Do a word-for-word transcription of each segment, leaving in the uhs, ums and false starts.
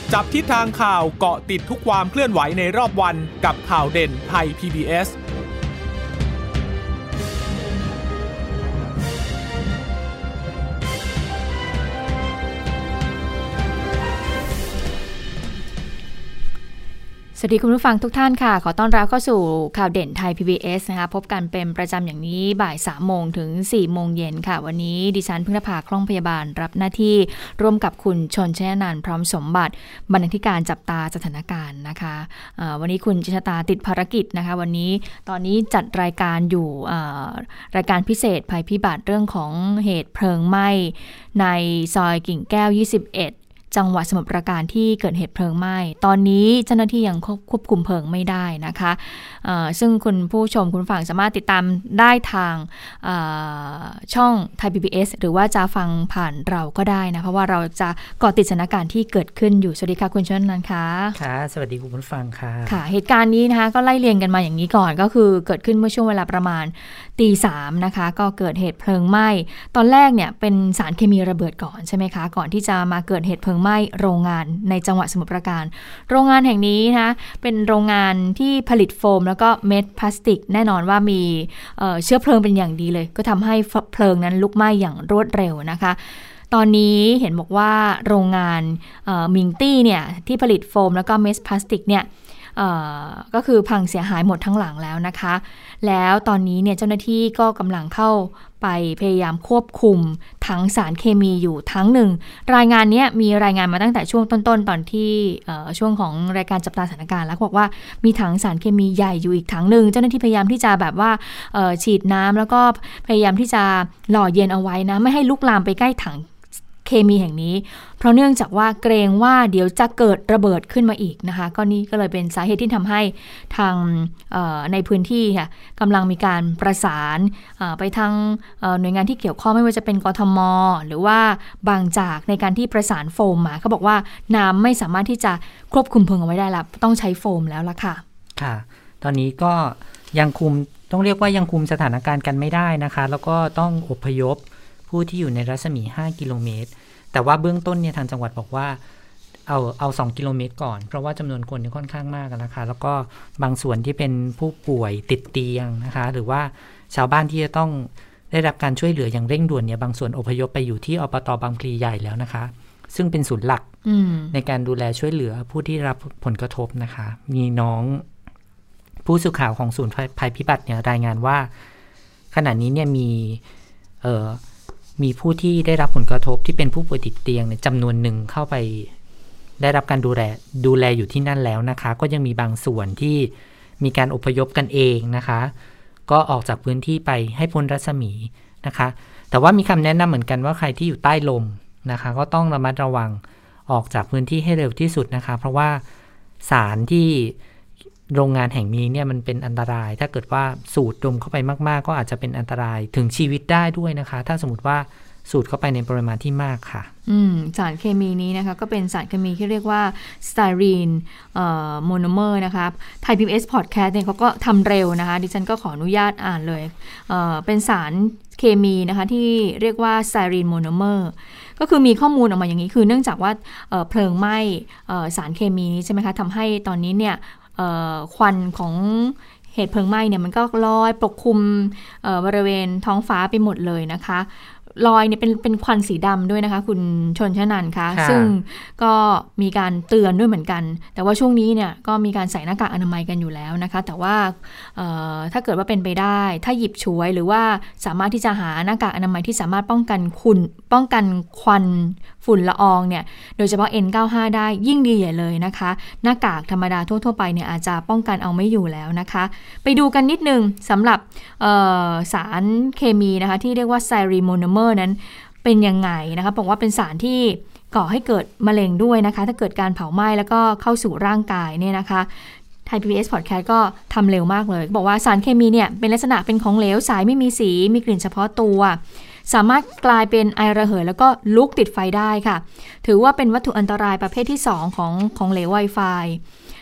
จับทิศทางข่าวเกาะติดทุกความเคลื่อนไหวในรอบวันกับข่าวเด่นไทย พี บี เอสสวัสดีคุณผู้ฟังทุกท่านค่ะขอต้อนรับเข้าสู่ข่าวเด่นไทย พี บี เอส นะคะพบกันเป็นประจำอย่างนี้บ่าย สามโมง ถึง สี่โมง เย็นค่ะวันนี้ดิฉันพึ่งนภาคล่องพยาบาลรับหน้าที่ร่วมกับคุณชนชยนันท์พร้อมสมบัติบรรณาธิการจับตาสถานการณ์นะคะวันนี้คุณจิชตาติดภารกิจนะคะวันนี้ตอนนี้จัดรายการอยู่รายการพิเศษภัยพิบัติเรื่องของเหตุเพลิงไหม้ในซอยกิ่งแก้วยี่สิบเอ็ดจังหวัดสมุทรปราการที่เกิดเหตุเพลิงไหม้ตอนนี้เจ้าหน้าที่ยังควบคุมเพลิงไม่ได้นะคะซึ่งคุณผู้ชมคุณฟังสามารถติดตามได้ทางช่องไทย พี บี เอส หรือว่าจะฟังผ่านเราก็ได้นะเพราะว่าเราจะเกาะติดสถานการณ์ที่เกิดขึ้นอยู่สวัสดีค่ะคุณชนนันท์ค่ะค่ะสวัสดีคุณผู้ฟังค่ะค่ะเหตุการณ์นี้นะคะก็ไล่เรียงกันมาอย่างนี้ก่อนก็คือเกิดขึ้นเมื่อช่วงเวลาประมาณตีสามนะคะก็เกิดเหตุเพลิงไหม้ตอนแรกเนี่ยเป็นสารเคมีระเบิดก่อนใช่ไหมคะก่อนที่จะมาเกิดเหตุเพลิงไหม้โรงงานในจังหวัดสมุทรปราการโรงงานแห่งนี้นะเป็นโรงงานที่ผลิตโฟมแล้วก็เม็ดพลาสติกแน่นอนว่ามีเอ่อเชื้อเพลิงเป็นอย่างดีเลยก็ทำให้เพลิงนั้นลุกไหม้อย่างรวดเร็วนะคะตอนนี้เห็นบอกว่าโรงงานมิงตี้เนี่ยที่ผลิตโฟมแล้วก็เม็ดพลาสติกเนี่ยก็คือพังเสียหายหมดทั้งหลังแล้วนะคะแล้วตอนนี้เนี่ยเจ้าหน้าที่ก็กำลังเข้าไปพยายามควบคุมถังสารเคมีอยู่ทั้งหนึ่งรายงานนี้มีรายงานมาตั้งแต่ช่วงต้นๆตอนที่ช่วงของรายการจับตาสถานการณ์แล้วบอกว่ามีถังสารเคมีใหญ่อยู่อีกถังหนึ่งเจ้าหน้าที่พยายามที่จะแบบว่าฉีดน้ำแล้วก็พยายามที่จะหล่อเย็นเอาไว้นะไม่ให้ลุกลามไปใกล้ถังเคมีแห่งนี้เพราะเนื่องจากว่าเกรงว่าเดี๋ยวจะเกิดระเบิดขึ้นมาอีกนะคะก็นี่ก็เลยเป็นสาเหตุที่ทำให้ทางในพื้นที่ค่ะกำลังมีการประสานไปทางหน่วยงานที่เกี่ยวข้องไม่ว่าจะเป็นกทม.หรือว่าบางจากในการที่ประสานโฟมมาเขาบอกว่าน้ำไม่สามารถที่จะควบคุมเพลิงเอาไว้ได้แล้วต้องใช้โฟมแล้วล่ะค่ะค่ะตอนนี้ก็ยังคุมต้องเรียกว่ายังคุมสถานการณ์กันไม่ได้นะคะแล้วก็ต้องอพยพผู้ที่อยู่ในรัศมีห้ากิโลเมตรแต่ว่าเบื้องต้นเนี่ยทางจังหวัดบอกว่าเอาเอาสองกิโลเมตรก่อนเพราะว่าจำนวนคนค่อนข้างมากนะคะแล้วก็บางส่วนที่เป็นผู้ป่วยติดเตียงนะคะหรือว่าชาวบ้านที่จะต้องได้รับการช่วยเหลืออย่างเร่งด่วนเนี่ยบางส่วนอพยพไปอยู่ที่อบต.บางพลีใหญ่แล้วนะคะซึ่งเป็นศูนย์หลักในการดูแลช่วยเหลือผู้ที่รับผลกระทบนะคะมีน้องผู้สื่อข่าวของศูนย์ภัยพิบัติเนี่ยรายงานว่าขณะนี้เนี่ยมีเอ่อมีผู้ที่ได้รับผลกระทบที่เป็นผู้ป่วยติดเตียงเนี่ยจำนวนหนึ่งเข้าไปได้รับการดูแลดูแลอยู่ที่นั่นแล้วนะคะก็ยังมีบางส่วนที่มีการอพยพกันเองนะคะก็ออกจากพื้นที่ไปให้พ้นรัศมีนะคะแต่ว่ามีคำแนะนำเหมือนกันว่าใครที่อยู่ใต้ลมนะคะก็ต้องระมัดระวังออกจากพื้นที่ให้เร็วที่สุดนะคะเพราะว่าสารที่โรงงานแห่งนี้เนี่ยมันเป็นอันตรายถ้าเกิดว่าสูดดมเข้าไปมากๆก็อาจจะเป็นอันตรายถึงชีวิตได้ด้วยนะคะถ้าสมมติว่าสูดเข้าไปในปริมาณที่มากค่ะอืมสารเคมีนี้นะคะก็เป็นสารเคมีที่เรียกว่าสไตรีนโมโนเมอร์นะคะไทย พี บี เอส Podcast เนี่ยเขาก็ทำเร็วนะคะดิฉันก็ขออนุญาตอ่านเลยเอ่อเป็นสารเคมีนะคะที่เรียกว่าสไตรีนโมโนเมอร์ก็คือมีข้อมูลออกมาอย่างนี้คือเนื่องจากว่าเอ่อเพลิงไหม้เอ่อสารเคมีนี้ใช่ไหมคะทำให้ตอนนี้เนี่ยควันของเหตุเพลิงไหม้เนี่ยมันก็ลอยปกคลุมบริเวณท้องฟ้าไปหมดเลยนะคะลอยเนี่ยเป็นเป็นควันสีดำด้วยนะคะคุณชนชนันท์คะซึ่งก็มีการเตือนด้วยเหมือนกันแต่ว่าช่วงนี้เนี่ยก็มีการใส่หน้ากากอนามัยกันอยู่แล้วนะคะแต่ว่าถ้าเกิดว่าเป็นไปได้ถ้าหยิบฉวยหรือว่าสามารถที่จะหาหน้ากากอนามัยที่สามารถป้องกันคุณป้องกันควันฝุ่นละอองเนี่ยโดยเฉพาะ เอ็น เก้าสิบห้า ได้ยิ่งดีใหญ่เลยนะคะหน้ากากธรรมดาทั่วๆไปเนี่ยอาจจะป้องกันเอาไม่อยู่แล้วนะคะไปดูกันนิดนึงสำหรับสารเคมีนะคะที่เรียกว่าไซรีโมโนเมอร์นั้นเป็นยังไงนะคะบอกว่าเป็นสารที่ก่อให้เกิดมะเร็งด้วยนะคะถ้าเกิดการเผาไหม้แล้วก็เข้าสู่ร่างกายเนี่ยนะคะไทย พี บี เอส Podcast ก็ทำเร็วมากเลยบอกว่าสารเคมีเนี่ยเป็นลักษณะเป็นของเหลวใสไม่มีสีมีกลิ่นเฉพาะตัวสามารถกลายเป็นไอระเหยแล้วก็ลุกติดไฟได้ค่ะถือว่าเป็นวัตถุอันตรายประเภทที่สองของของเหลว Wi-Fi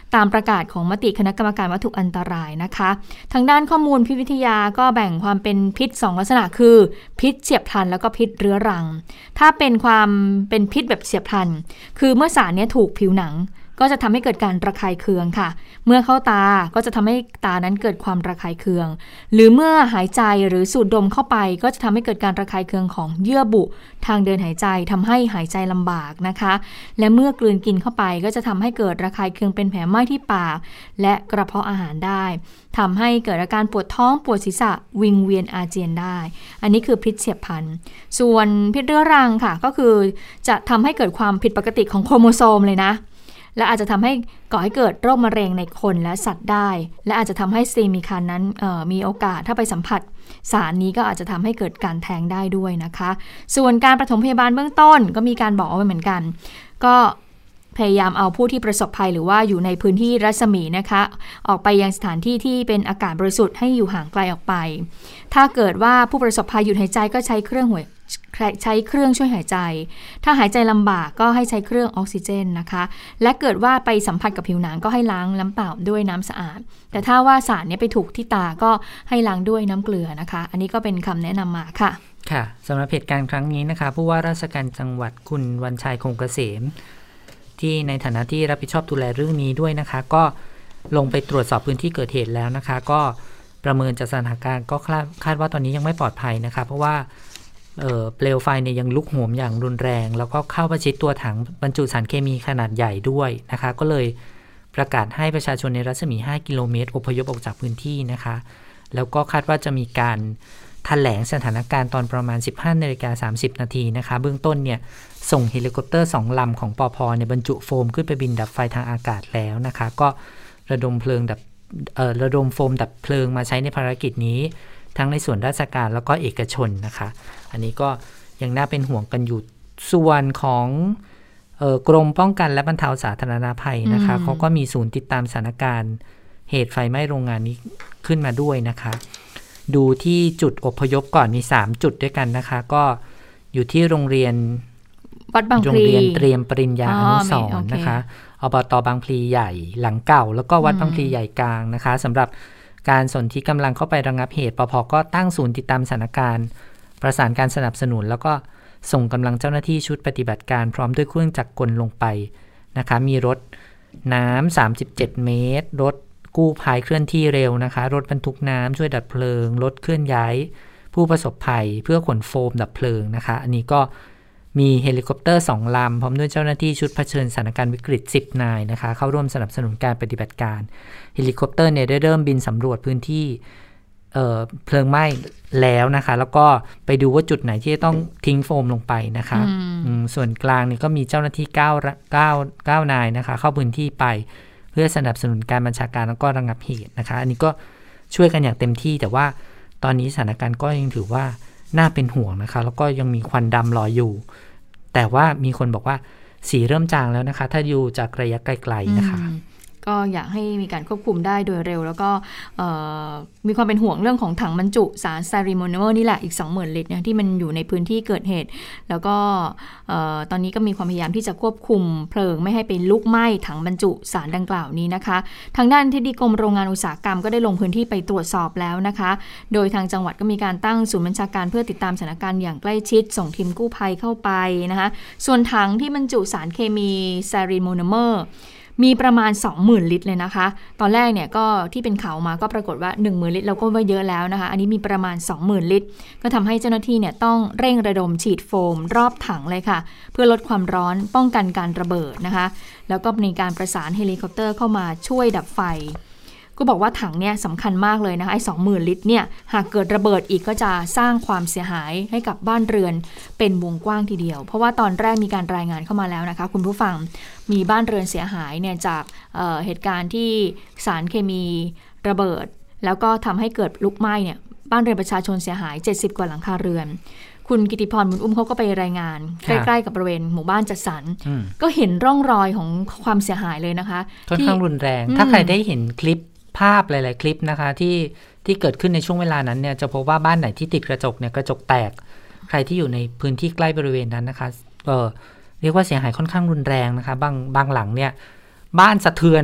ตามประกาศของมติคณะกรรมการวัตถุอันตรายนะคะทางด้านข้อมูลพิษวิทยาก็แบ่งความเป็นพิษสองลักษณะคือพิษเฉียบพลันแล้วก็พิษเรื้อรังถ้าเป็นความเป็นพิษแบบเฉียบพลันคือเมื่อสารนี้ถูกผิวหนังก็จะทำให้เกิดการระคายเคืองค่ะเมื่อเข้าตาก็จะทำให้ตานั้นเกิดความระคายเคืองหรือเมื่อหายใจหรือสูดดมเข้าไปก็จะทำให้เกิดการระคายเคืองของเยื่อบุทางเดินหายใจทำให้หายใจลำบากนะคะและเมื่อกลืนกินเข้าไปก็จะทำให้เกิดระคายเคืองเป็นแผลไหม้ที่ปากและกระเพาะอาหารได้ทำให้เกิดอาการปวดท้องปวดศีรษะวิงเวียนอาเจียนได้อันนี้คือพิษเฉียบพลันส่วนพิษเรื้อรังค่ะก็คือจะทำให้เกิดความผิดปกติของโครโมโซมเลยนะและอาจจะทำให้ก่อให้เกิดโรคมะเร็งในคนและสัตว์ได้และอาจจะทำให้สตรีมีครรภ์นั้นมีโอกาสถ้าไปสัมผัสสารนี้ก็อาจจะทำให้เกิดการแท้งได้ด้วยนะคะส่วนการปฐมพยาบาลเบื้องต้นก็มีการบอกเอาไว้เหมือนกันก็พยายามเอาผู้ที่ประสบภัยหรือว่าอยู่ในพื้นที่รัศมีนะคะออกไปยังสถานที่ที่เป็นอากาศบริสุทธิ์ให้อยู่ห่างไกลออกไปถ้าเกิดว่าผู้ประสบภัยหยุดหายใจก็ใช้เครื่องหัวใช้เครื่องช่วยหายใจถ้าหายใจลำบากก็ให้ใช้เครื่องออกซิเจนนะคะและเกิดว่าไปสัมผัสกับผิวหนังก็ให้ล้างน้ำเปล่าด้วยน้ำสะอาดแต่ถ้าว่าสารนี้ไปถูกที่ตาก็ให้ล้างด้วยน้ำเกลือนะคะอันนี้ก็เป็นคำแนะนำมาค่ะค่ะสำหรับเหตุการณ์ครั้งนี้นะคะผู้ว่าราชการจังหวัดคุณวันชัยคงเกษมที่ในฐานะที่รับผิดชอบดูแลเรื่องนี้ด้วยนะคะก็ลงไปตรวจสอบพื้นที่เกิดเหตุแล้วนะคะก็ประเมินจากสถานการณ์ก็คาดว่าตอนนี้ยังไม่ปลอดภัยนะคะเพราะว่าเอ่อเปลวไฟเนี่ยยังลุกโหมอย่างรุนแรงแล้วก็เข้าประชิดตัวถังบรรจุสารเคมีขนาดใหญ่ด้วยนะคะก็เลยประกาศให้ประชาชนในรัศมีห้ากิโลเมตรอพยพออกจากพื้นที่นะคะแล้วก็คาดว่าจะมีการแถลงสถานการณ์ตอนประมาณ สิบห้านาฬิกาสามสิบนาทีนะคะเบื้องต้นเนี่ยส่งเฮลิคอปเตอร์สองลำของปภ.เนี่ยบรรจุโฟมขึ้นไปบินดับไฟทางอากาศแล้วนะคะก็ระดมเพลิงดับเอ่อระดมโฟมดับเพลิงมาใช้ในภารกิจนี้ทั้งในส่วนราชการแล้วก็เอกชนนะคะอันนี้ก็ยังน่าเป็นห่วงกันอยู่ส่วนของเอ่อกรมป้องกันและบรรเทาสาธารณภัยนะคะเขาก็มีศูนย์ติดตามสถานการณ์เหตุไฟไหม้โรงงานนี้ขึ้นมาด้วยนะคะดูที่จุดอพยพก่อนมีสามจุดด้วยกันนะคะก็อยู่ที่โรงเรียนวัดบางพลีโรงเรียนเตรียมปริญญาอนุสรณ์นะคะอบต.บางพลีใหญ่หลังเก่าแล้วก็วัดบางพลีใหญ่กลางนะคะสำหรับการสนธิกำลังเข้าไประงับเหตุปภ.ก็ตั้งศูนย์ติดตามสถานการณ์ประสานการสนับสนุนแล้วก็ส่งกำลังเจ้าหน้าที่ชุดปฏิบัติการพร้อมด้วยเครื่องจักรกลลงไปนะคะมีรถน้ำสามสิบเจ็ดเมตรรถกู้ภัยเคลื่อนที่เร็วนะคะรถบรรทุกน้ำช่วยดับเพลิงรถเคลื่อนย้ายผู้ประสบภัยเพื่อขนโฟมดับเพลิงนะคะอันนี้ก็มีเฮลิคอปเตอร์สองลำพร้อมด้วยเจ้าหน้าที่ชุดเผชิญสถานการณ์วิกฤตสิบนายนะคะเข้าร่วมสนับสนุนการปฏิบัติการเฮลิคอปเตอร์เนี่ยได้เริ่มบินสำรวจพื้นที่เอ่อเพลิงไหม้แล้วนะคะแล้วก็ไปดูว่าจุดไหนที่จะต้องทิ้งโฟมลงไปนะคะส่วนกลางนี่ก็มีเจ้าหน้าที่9 9 9นายนะคะเข้าพื้นที่ไปเพื่อสนับสนุนการบัญชาการแล้วก็ระงับเหตุนะคะอันนี้ก็ช่วยกันอย่างเต็มที่แต่ว่าตอนนี้สถานการณ์ก็ยังถือว่าน่าเป็นห่วงนะคะแล้วก็ยังมีควันดำลอยอยู่แต่ว่ามีคนบอกว่าสีเริ่มจางแล้วนะคะถ้าอยู่จากระยะไกลๆนะคะก็อยากให้มีการควบคุมได้โดยเร็วแล้วก็มีความเป็นห่วงเรื่องของถังบรรจุสารไซริโมโนเมอร์นี่แหละอีก สองหมื่น ลิตรนะที่มันอยู่ในพื้นที่เกิดเหตุแล้วก็ตอนนี้ก็มีความพยายามที่จะควบคุมเพลิงไม่ให้ไปลุกไหม้ถังบรรจุสารดังกล่าวนี้นะคะทางด้านอธิบดีกรมโรงงานอุตสาหกรรมก็ได้ลงพื้นที่ไปตรวจสอบแล้วนะคะโดยทางจังหวัดก็มีการตั้งศูนย์บัญชาการเพื่อติดตามสถานการณ์อย่างใกล้ชิดส่งทีมกู้ภัยเข้าไปนะคะส่วนถังที่บรรจุสารเคมีไซริโมโนเมอร์มีประมาณ สองหมื่น ลิตรเลยนะคะตอนแรกเนี่ยก็ที่เป็นข่าวมาก็ปรากฏว่า หนึ่งหมื่น ลิตรเราก็ว่าเยอะแล้วนะคะอันนี้มีประมาณ สองหมื่น ลิตรก็ทำให้เจ้าหน้าที่เนี่ยต้องเร่งระดมฉีดโฟมรอบถังเลยค่ะเพื่อลดความร้อนป้องกันการระเบิดนะคะแล้วก็มีการประสานเฮลิคอปเตอร์เข้ามาช่วยดับไฟก็บอกว่าถังเนี่ยสำคัญมากเลยนะคะไอ้สองหมื่น ลิตรเนี่ยหากเกิดระเบิดอีกก็จะสร้างความเสียหายให้กับบ้านเรือนเป็นวงกว้างทีเดียวเพราะว่าตอนแรกมีการรายงานเข้ามาแล้วนะคะคุณผู้ฟังมีบ้านเรือนเสียหายเนี่ยจาก เอ่อ เหตุการณ์ที่สารเคมีระเบิดแล้วก็ทำให้เกิดลุกไหม้เนี่ยบ้านเรือนประชาชนเสียหายเจ็ดสิบกว่าหลังคาเรือนคุณกิติพรบุญอุ้มเขาก็ไปรายงานใกล้ๆกับบริเวณหมู่บ้านจัดสรรก็เห็นร่องรอยของความเสียหายเลยนะคะค่อนข้างรุนแรงถ้าใครได้เห็นคลิปภาพหลายๆคลิปนะคะที่ที่เกิดขึ้นในช่วงเวลานั้นเนี่ยจะพบว่าบ้านไหนที่ติดกระจกเนี่ยกระจกแตกใครที่อยู่ในพื้นที่ใกล้บริเวณนั้นนะคะเออเรียกว่าเสียหายค่อนข้างรุนแรงนะคะบางบางหลังเนี่ยบ้านสะเทือนแบบ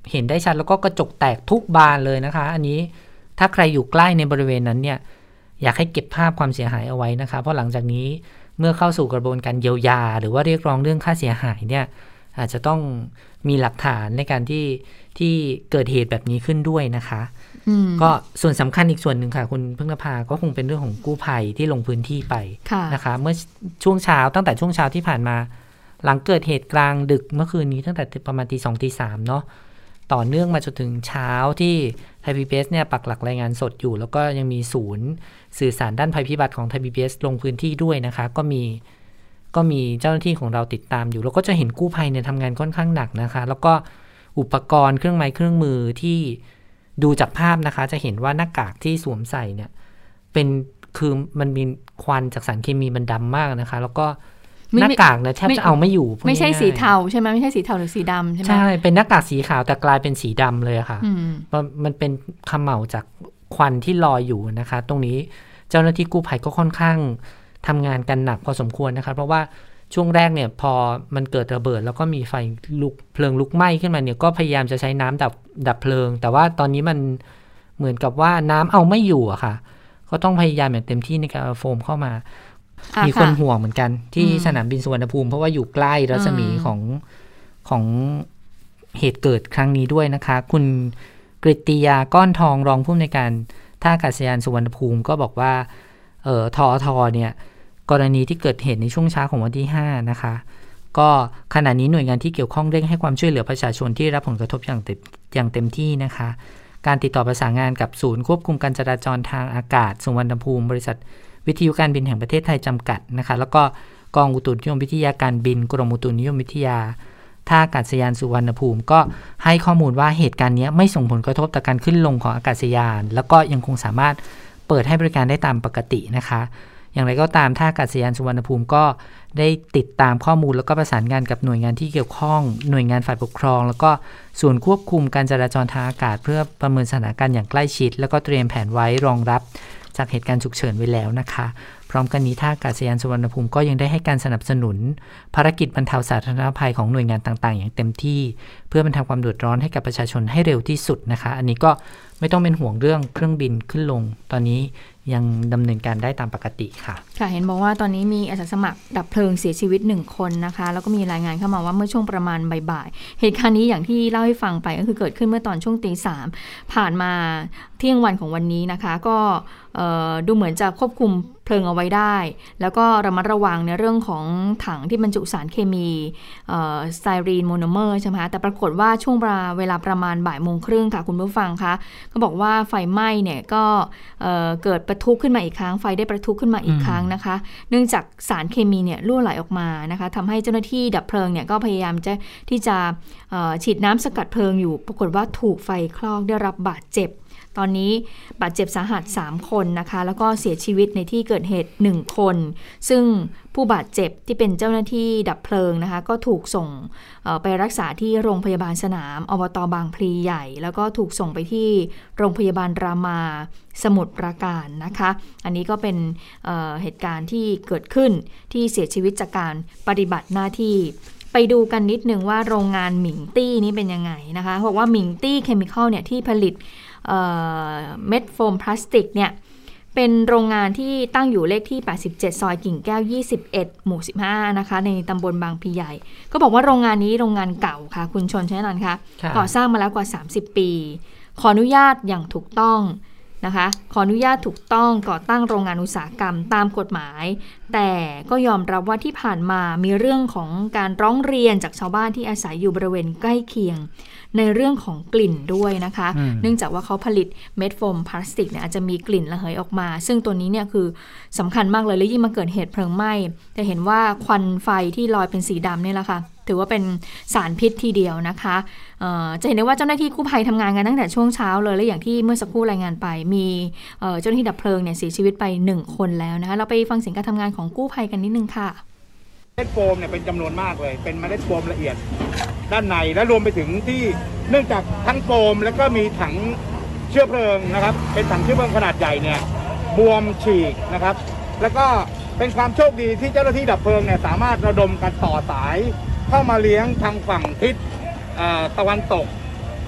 เห็นได้ชัดแล้วก็กระจกแตกทุกบานเลยนะคะอันนี้ถ้าใครอยู่ใกล้ในบริเวณนั้นเนี่ยอยากให้เก็บภาพความเสียหายเอาไว้นะคะเพราะหลังจากนี้เมื่อเข้าสู่กระบวนการเยียวยาหรือว่าเรียกร้องเรื่องค่าเสียหายเนี่ยอาจจะต้องมีหลักฐานในการที่ที่เกิดเหตุแบบนี้ขึ้นด้วยนะคะก็ส่วนสำคัญอีกส่วนหนึ่งค่ะคุณพึ่งนภาก็คงเป็นเรื่องของกู้ภัยที่ลงพื้นที่ไปนะคะเมื่อช่วงเช้าตั้งแต่ช่วงเช้าที่ผ่านมาหลังเกิดเหตุกลางดึกเมื่อคืนนี้ตั้งแต่ประมาณตีสองตีสามเนาะต่อเนื่องมาจนถึงเช้าที่ไทย พี บี เอส เนี่ยปักหลักรายงานสดอยู่แล้วก็ยังมีศูนย์สื่อสารด้านภัยพิบัติของไทย พี บี เอส ลงพื้นที่ด้วยนะคะก็มีก็มีเจ้าหน้าที่ของเราติดตามอยู่แล้วก็จะเห็นกู้ภัยเนี่ยทำงานค่อนข้างหนักนะคะแล้วก็อุปกรณ์เครื่องไม้เครื่องมือที่ดูจากภาพนะคะจะเห็นว่าหน้ากากที่สวมใส่เนี่ยเป็นคือมันมีควันจากสารเคมีมันดำมากนะคะแล้วก็หน้ากากเนี่ยแทบจะเอาไม่อยู่ไม่ใช่สีเทาใช่ไหมไม่ใช่สีเทาหรือสีดำใช่ไหมใช่เป็นหน้ากากสีขาวแต่กลายเป็นสีดำเลยค่ะมันเป็นเขม่าจากควันที่ลอยอยู่นะคะตรงนี้เจ้าหน้าที่กู้ภัยก็ค่อนข้างทำงานกันหนักพอสมควรนะคะเพราะว่าช่วงแรกเนี่ยพอมันเกิดระเบิดแล้วก็มีไฟลุกเพลิงลุกไหม้ขึ้นมาเนี่ยก็พยายามจะใช้น้ำดับดับเพลิงแต่ว่าตอนนี้มันเหมือนกับว่าน้ำเอาไม่อยู่อะค่ะก็ต้องพยายามอย่างเต็มที่ในการเอาโฟมเข้ามามีคนห่วงเหมือนกันที่สนามบินสุวรรณภูมิเพราะว่าอยู่ใกล้รัศมีของของเหตุเกิดครั้งนี้ด้วยนะคะคุณกฤติยาก้อนทองรองผู้อำนวยการท่าอากาศยานสุวรรณภูมิก็บอกว่าเอ่อทอทเนี่ยกรณีที่เกิดเหตุในช่วงเช้าของวันที่ห้านะคะก็ขณะนี้หน่วยงานที่เกี่ยวข้องเร่งให้ความช่วยเหลือประชาชนที่รับผลกระทบอย่างเต็มอย่างเต็มที่นะคะการติดต่อประสานงานกับศูนย์ควบคุมการจราจรทางอากาศสุวรรณภูมิบริษัทวิทยุการบินแห่งประเทศไทยจำกัดนะคะแล้วก็กองอุตุนิยมวิทยาการบินกรมอุตุนิยมวิทยาท่าอากาศยานสุวรรณภูมิก็ให้ข้อมูลว่าเหตุการณ์นี้ไม่ส่งผลกระทบต่อการขึ้นลงของอากาศยานแล้วก็ยังคงสามารถเปิดให้บริการได้ตามปกตินะคะอย่างไรก็ตามท่าอากาศยานสุวรรณภูมิก็ได้ติดตามข้อมูลแล้วก็ประสานงานกับหน่วยงานที่เกี่ยวข้องหน่วยงานฝ่ายปกครองแล้วก็ส่วนควบคุมการจราจรทางอากาศเพื่อประเมินสถานการณ์อย่างใกล้ชิดแล้วก็เตรียมแผนไว้รองรับจากเหตุการณ์ฉุกเฉินไว้แล้วนะคะพร้อมกันนี้ท่าอากาศยานสุวรรณภูมิก็ยังได้ให้การสนับสนุนภารกิจบรรเทาสาธารณภัยของหน่วยงานต่างๆอย่างเต็มที่เพื่อบรรเทาความเดือดร้อนให้กับประชาชนให้เร็วที่สุดนะคะอันนี้ก็ไม่ต้องเป็นห่วงเรื่องเครื่องบินขึ้นลงตอนนี้ยังดำเนินการได้ตามปกติค่ะค่ะเห็นบอกว่าตอนนี้มีอาสาสมัครดับเพลิงเสียชีวิตหนึ่งคนนะคะแล้วก็มีรายงานเข้ามาว่าเมื่อช่วงประมาณบ่ายๆเหตุการณ์นี้อย่างที่เล่าให้ฟังไปก็คือเกิดขึ้นเมื่อตอนช่วงตีสามผ่านมาเที่ยงวันของวันนี้นะคะก็ดูเหมือนจะควบคุมเพลิงเอาไว้ได้แล้วก็ระมัดระวังในเรื่องของถังที่บรรจุสารเคมีสไตรีนโมโนเมอร์ใช่ไหมคะแต่ปรากฏว่าช่วงเวลาประมาณบ่ายโมงครึ่งค่ะคุณผู้ฟังคะก็บอกว่าไฟไหม้เนี่ยก็เกิดประทุขึ้นมาอีกครั้งไฟได้ประทุขึ้นมาอีกครั้งนะคะเนื่องจากสารเคมีเนี่ยรั่วไหลออกมานะคะทำให้เจ้าหน้าที่ดับเพลิงเนี่ยก็พยายามจะที่จะฉีดน้ำสกัดเพลิงอยู่ปรากฏว่าถูกไฟคลอกได้รับบาดเจ็บตอนนี้บาดเจ็บสาหัสสามคนนะคะแล้วก็เสียชีวิตในที่เกิดเหตุหนึ่งคนซึ่งผู้บาดเจ็บที่เป็นเจ้าหน้าที่ดับเพลิงนะคะก็ถูกส่งไปรักษาที่โรงพยาบาลสนามอบต.บางพลีใหญ่แล้วก็ถูกส่งไปที่โรงพยาบาลรามาสมุทรปราการนะคะอันนี้ก็เป็นเอ่อเหตุการณ์ที่เกิดขึ้นที่เสียชีวิตจากการปฏิบัติหน้าที่ไปดูกันนิดนึงว่าโรงงานหมิงตี้นี้เป็นยังไงนะคะบอกว่าหมิงตี้เคมีคอลเนี่ยที่ผลิตเม็ดโฟมพลาสติกเนี่ยเป็นโรงงานที่ตั้งอยู่เลขที่แปดสิบเจ็ดซอยกิ่งแก้วยี่สิบเอ็ดหมู่สิบห้านะคะในตำบลบางพลีใหญ่ก็บอกว่าโรงงานนี้โรงงานเก่าค่ะคุณชนใช่นันคะก่อสร้างมาแล้วกว่าสามสิบปีขออนุญาตอย่างถูกต้องนะคะขออนุญาตถูกต้องก่อตั้งโรงงานอุตสาหกรรมตามกฎหมายแต่ก็ยอมรับว่าที่ผ่านมามีเรื่องของการร้องเรียนจากชาวบ้านที่อาศัยอยู่บริเวณใกล้เคียงในเรื่องของกลิ่นด้วยนะคะเนื่องจากว่าเขาผลิตเม็ดโฟมพลาสติกเนี่ยอาจจะมีกลิ่นระเหยออกมาซึ่งตัวนี้เนี่ยคือสำคัญมากเลยและยิ่งมาเกิดเหตุเพลิงไหม้จะเห็นว่าควันไฟที่ลอยเป็นสีดำเนี่ยแหละค่ะถือว่าเป็นสารพิษทีเดียวนะคะจะเห็นได้ว่าเจ้าหน้าที่กู้ภัยทำงานกันตั้งแต่ช่วงเช้าเลยและอย่างที่เมื่อสักครู่รายงานไปมีเจ้าหน้าที่ดับเพลิงเนี่ยเสียชีวิตไปหนึ่งคนแล้วนะคะเราไปฟังเสียงการทำงานของกู้ภัยกันนิดนึงค่ะเมล็ดโฟมเนี่ยเป็นจำนวนมากเลยเป็นเมล็ดโฟมละเอียดด้านในและรวมไปถึงที่เนื่องจากทั้งโฟมแล้วก็มีถังเชื้อเพลิงนะครับเป็นถังเชื้อเพลิงขนาดใหญ่เนี่ยบวมฉีกนะครับแล้วก็เป็นความโชคดีที่เจ้าหน้าที่ดับเพลิงเนี่ยสามารถระดมกันต่อสายเข้ามาเลี้ยงทางฝั่งทิศตะวันตก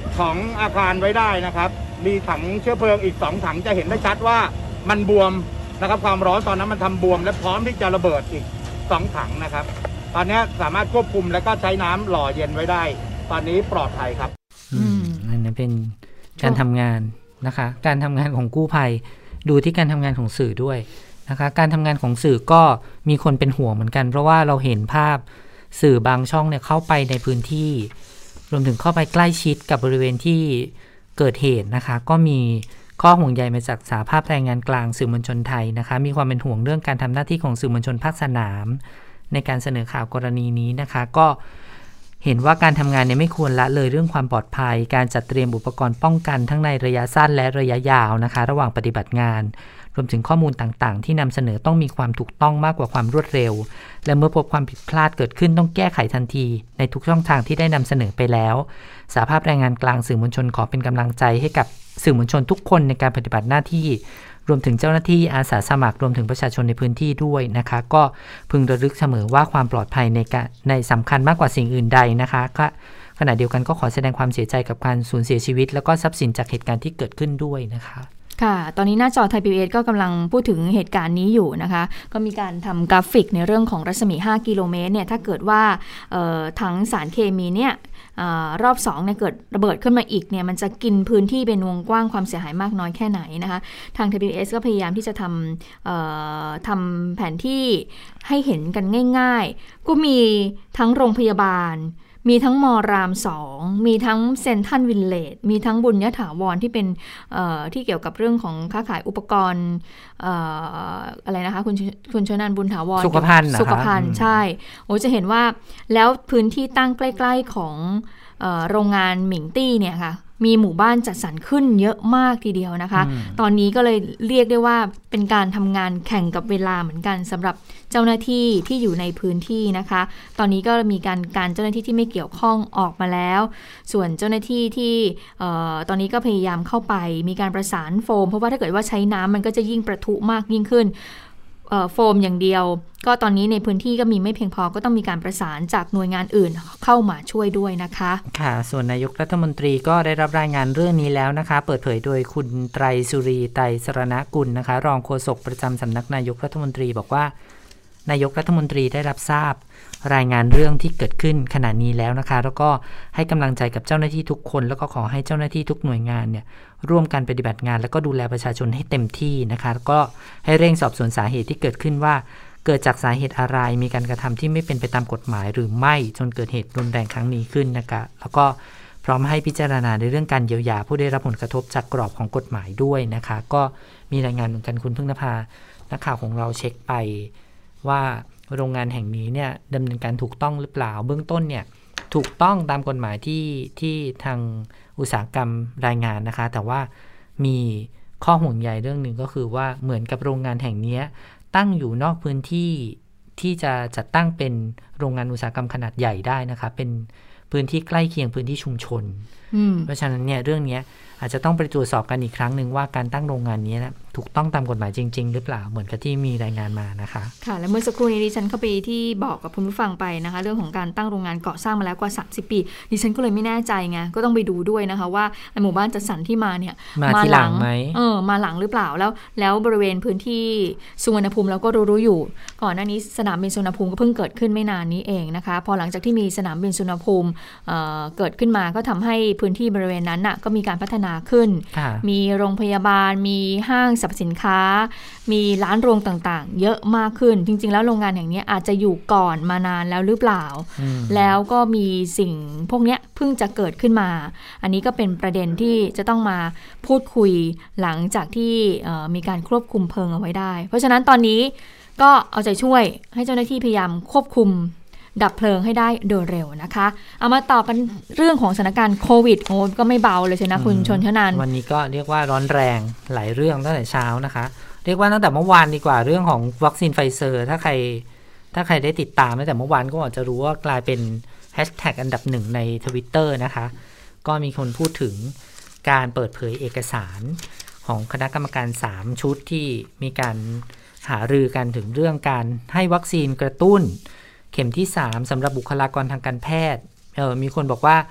ของอาคารไว้ได้นะครับมีถังเชื้อเพลิงอีกสองถังจะเห็นได้ชัดว่ามันบวมนะครับความร้อนตอนนั้นมันทำบวมและพร้อมที่จะระเบิดอีกสองถังนะครับตอนนี้สามารถควบคุมแล้วก็ใช้น้ำหล่อเย็นไว้ได้ตอนนี้ปลอดภัยครับอืมอันนี้เป็นการทำงานนะคะการทำงานของกู้ภัยดูที่การทำงานของสื่อด้วยนะคะการทำงานของสื่อก็มีคนเป็นห่วงเหมือนกันเพราะว่าเราเห็นภาพสื่อบางช่องเนี่ยเข้าไปในพื้นที่รวมถึงเข้าไปใกล้ชิดกับบริเวณที่เกิดเหตุนะคะก็มีข้อห่วงใยมาจากสหภาพแรงงานกลางสื่อมวลชนไทยนะคะมีความเป็นห่วงเรื่องการทำหน้าที่ของสื่อมวลชนภาคสนามในการเสนอข่าวกรณีนี้นะคะก็เห็นว่าการทำงานเนี่ยไม่ควรละเลยเรื่องความปลอดภัยการจัดเตรียมอุปกรณ์ป้องกันทั้งในระยะสั้นและระยะยาวนะคะระหว่างปฏิบัติงานรวมถึงข้อมูลต่างๆที่นำเสนอต้องมีความถูกต้องมากกว่าความรวดเร็วและเมื่อพบความผิดพลาดเกิดขึ้นต้องแก้ไขทันทีในทุกช่องทางที่ได้นำเสนอไปแล้วสหภาพแรงงานกลางสื่อมวลชนขอเป็นกำลังใจให้กับสื่อมวลชนทุกคนในการปฏิบัติหน้าที่รวมถึงเจ้าหน้าที่อาสาสมัครรวมถึงประชาชนในพื้นที่ด้วยนะคะก็พึงระลึกเสมอว่าความปลอดภัยในการในสำคัญมากกว่าสิ่งอื่นใดนะคะขณะเดียวกันก็ขอแสดงความเสียใจกับการสูญเสียชีวิตแล้วก็ทรัพย์สินจากเหตุการณ์ที่เกิดขึ้นด้วยนะคะค่ะตอนนี้หน้าจอไทย พี บี เอส ก็กำลังพูดถึงเหตุการณ์นี้อยู่นะคะก็มีการทำกราฟิกในเรื่องของรัศมีห้ากิโลเมตรเนี่ยถ้าเกิดว่าถังสารเคมีเนี่ยอรอบสองเนี่ยเกิดระเบิดขึ้นมาอีกเนี่ยมันจะกินพื้นที่เป็นวงกว้างความเสียหายมากน้อยแค่ไหนนะคะทางไทย พี บี เอส ก็พยายามที่จะทำทำแผนที่ให้เห็นกันง่ายๆก็มีทั้งโรงพยาบาลมีทั้งมอรามสองมีทั้งเซ็นทรัลวิลเลจมีทั้งบุญยถาวรที่เป็นที่เกี่ยวกับเรื่องของค้าขายอุปกรณ์อะไรนะคะคุณคุณชนันท์บุญถาวรสุขภัณฑ์สุขภัณฑ์ใช่โอ้จะเห็นว่าแล้วพื้นที่ตั้งใกล้ๆของโรงงานหมิงตี้เนี่ยค่ะมีหมู่บ้านจัดสรรขึ้นเยอะมากทีเดียวนะคะตอนนี้ก็เลยเรียกได้ว่าเป็นการทำงานแข่งกับเวลาเหมือนกันสำหรับเจ้าหน้าที่ที่อยู่ในพื้นที่นะคะตอนนี้ก็มีการการเจ้าหน้าที่ที่ไม่เกี่ยวข้องออกมาแล้วส่วนเจ้าหน้าที่ที่ตอนนี้ก็พยายามเข้าไปมีการประสานโฟมเพราะว่าถ้าเกิดว่าใช้น้ำมันก็จะยิ่งประทุมากยิ่งขึ้นโฟมอย่างเดียวก็ตอนนี้ในพื้นที่ก็มีไม่เพียงพอก็ต้องมีการประสานจากหน่วยงานอื่นเข้ามาช่วยด้วยนะคะค่ะส่วนนายกรัฐมนตรีก็ได้รับรายงานเรื่องนี้แล้วนะคะเปิดเผยโดยคุณไตรสุรีไตรสรณกุลนะคะรองโฆษกประจำสำนักนายกรัฐมนตรีบอกว่านายกรัฐมนตรีได้รับทราบรายงานเรื่องที่เกิดขึ้นขณะนี้แล้วนะคะแล้วก็ให้กำลังใจกับเจ้าหน้าที่ทุกคนแล้วก็ขอให้เจ้าหน้าที่ทุกหน่วยงานเนี่ยร่วมกันปฏิบัติงานแล้วก็ดูแลประชาชนให้เต็มที่นะคะแล้วก็ให้เร่งสอบสวนสาเหตุที่เกิดขึ้นว่าเกิดจากสาเหตุอะไรมีการกระทำที่ไม่เป็นไปตามกฎหมายหรือไม่จนเกิดเหตุรุนแรงครั้งนี้ขึ้นนะคะแล้วก็พร้อมให้พิจารณาในเรื่องการเยียวยาผู้ได้รับผลกระทบจากกรอบของกฎหมายด้วยนะคะก็มีรายงานเหมือนกันคุณพึ่งนภานักข่าวของเราเช็คไปว่าโรงงานแห่งนี้เนี่ยดำเนินการถูกต้องหรือเปล่าเบื้องต้นเนี่ยถูกต้องตามกฎหมายที่ที่ทางอุตสาหกรรมรายงานนะคะแต่ว่ามีข้อห่วงใยเรื่องหนึ่งก็คือว่าเหมือนกับโรงงานแห่งนี้ตั้งอยู่นอกพื้นที่ที่จะจัดตั้งเป็นโรงงานอุตสาหกรรมขนาดใหญ่ได้นะคะเป็นพื้นที่ใกล้เคียงพื้นที่ชุมชนเพราะฉะนั้นเนี่ยเรื่องนี้อาจจะต้องไปตรวจสอบกันอีกครั้งหนึ่งว่าการตั้งโรงงานนี้นะถูกต้องตามกฎหมายจริงๆหรือเปล่าเหมือนกับที่มีรายงานมานะคะค่ะและเมื่อสักครู่นี้ดิฉันเข้าไปที่บอกกับคุณผู้ฟังไปนะคะเรื่องของการตั้งโรงงานก่อสร้างมาแล้วกว่าสามสิบปีดิฉันก็เลยไม่แน่ใจไงก็ต้องไปดูด้วยนะคะว่าหมู่บ้านจัดสรรที่มาเนี่ยมาหลังไหมเออมาหลังหรือเปล่าแล้วแล้วบริเวณพื้นที่สุวรรณภูมิเราก็รู้ๆอยู่ก่อนหน้านี้สนามบินสุวรรณภูมิก็เพิ่งเกิดขึ้นไม่นานนี้เองนะคะพอหลังจากที่มีสนามบินสุวรรณภูมิเอ่อเกิดขึ้นมาก็ทำให้พื้นที่บริเวณนั้นน่ะก็มีการพัฒนาขึ้นมีโรงพยาบาลมีห้างสรรพสินค้ามีร้านรวงต่างๆเยอะมากขึ้นจริงๆแล้วโรงงานแห่งนี้อาจจะอยู่ก่อนมานานแล้วหรือเปล่าแล้วก็มีสิ่งพวกนี้เพิ่งจะเกิดขึ้นมาอันนี้ก็เป็นประเด็นที่จะต้องมาพูดคุยหลังจากที่มีการควบคุมเพลิงเอาไว้ได้เพราะฉะนั้นตอนนี้ก็เอาใจช่วยให้เจ้าหน้าที่พยายามควบคุมดับเพลิงให้ได้โดยเร็วนะคะเอามาต่อกันเรื่องของสถานการณ์โควิดโอ้ก็ไม่เบาเลยใช่นะคุณชนชนันท์วันนี้ก็เรียกว่าร้อนแรงหลายเรื่องตั้งแต่เช้านะคะเรียกว่าตั้งแต่เมื่อวานดีกว่าเรื่องของวัคซีนไฟเซอร์ถ้าใครถ้าใครได้ติดตามตั้งแต่เมื่อวานก็อาจจะรู้ว่ากลายเป็นแฮชแท็กอันดับหนึ่งใน Twitter นะคะก็มีคนพูดถึงการเปิดเผยเอกสารของคณะกรรมการสามชุดที่มีการหารือกันถึงเรื่องการให้วัคซีนกระตุ้นเข็มที่สามสำหรับบุคลากรทางการแพทย์เออมีคนบอกว่า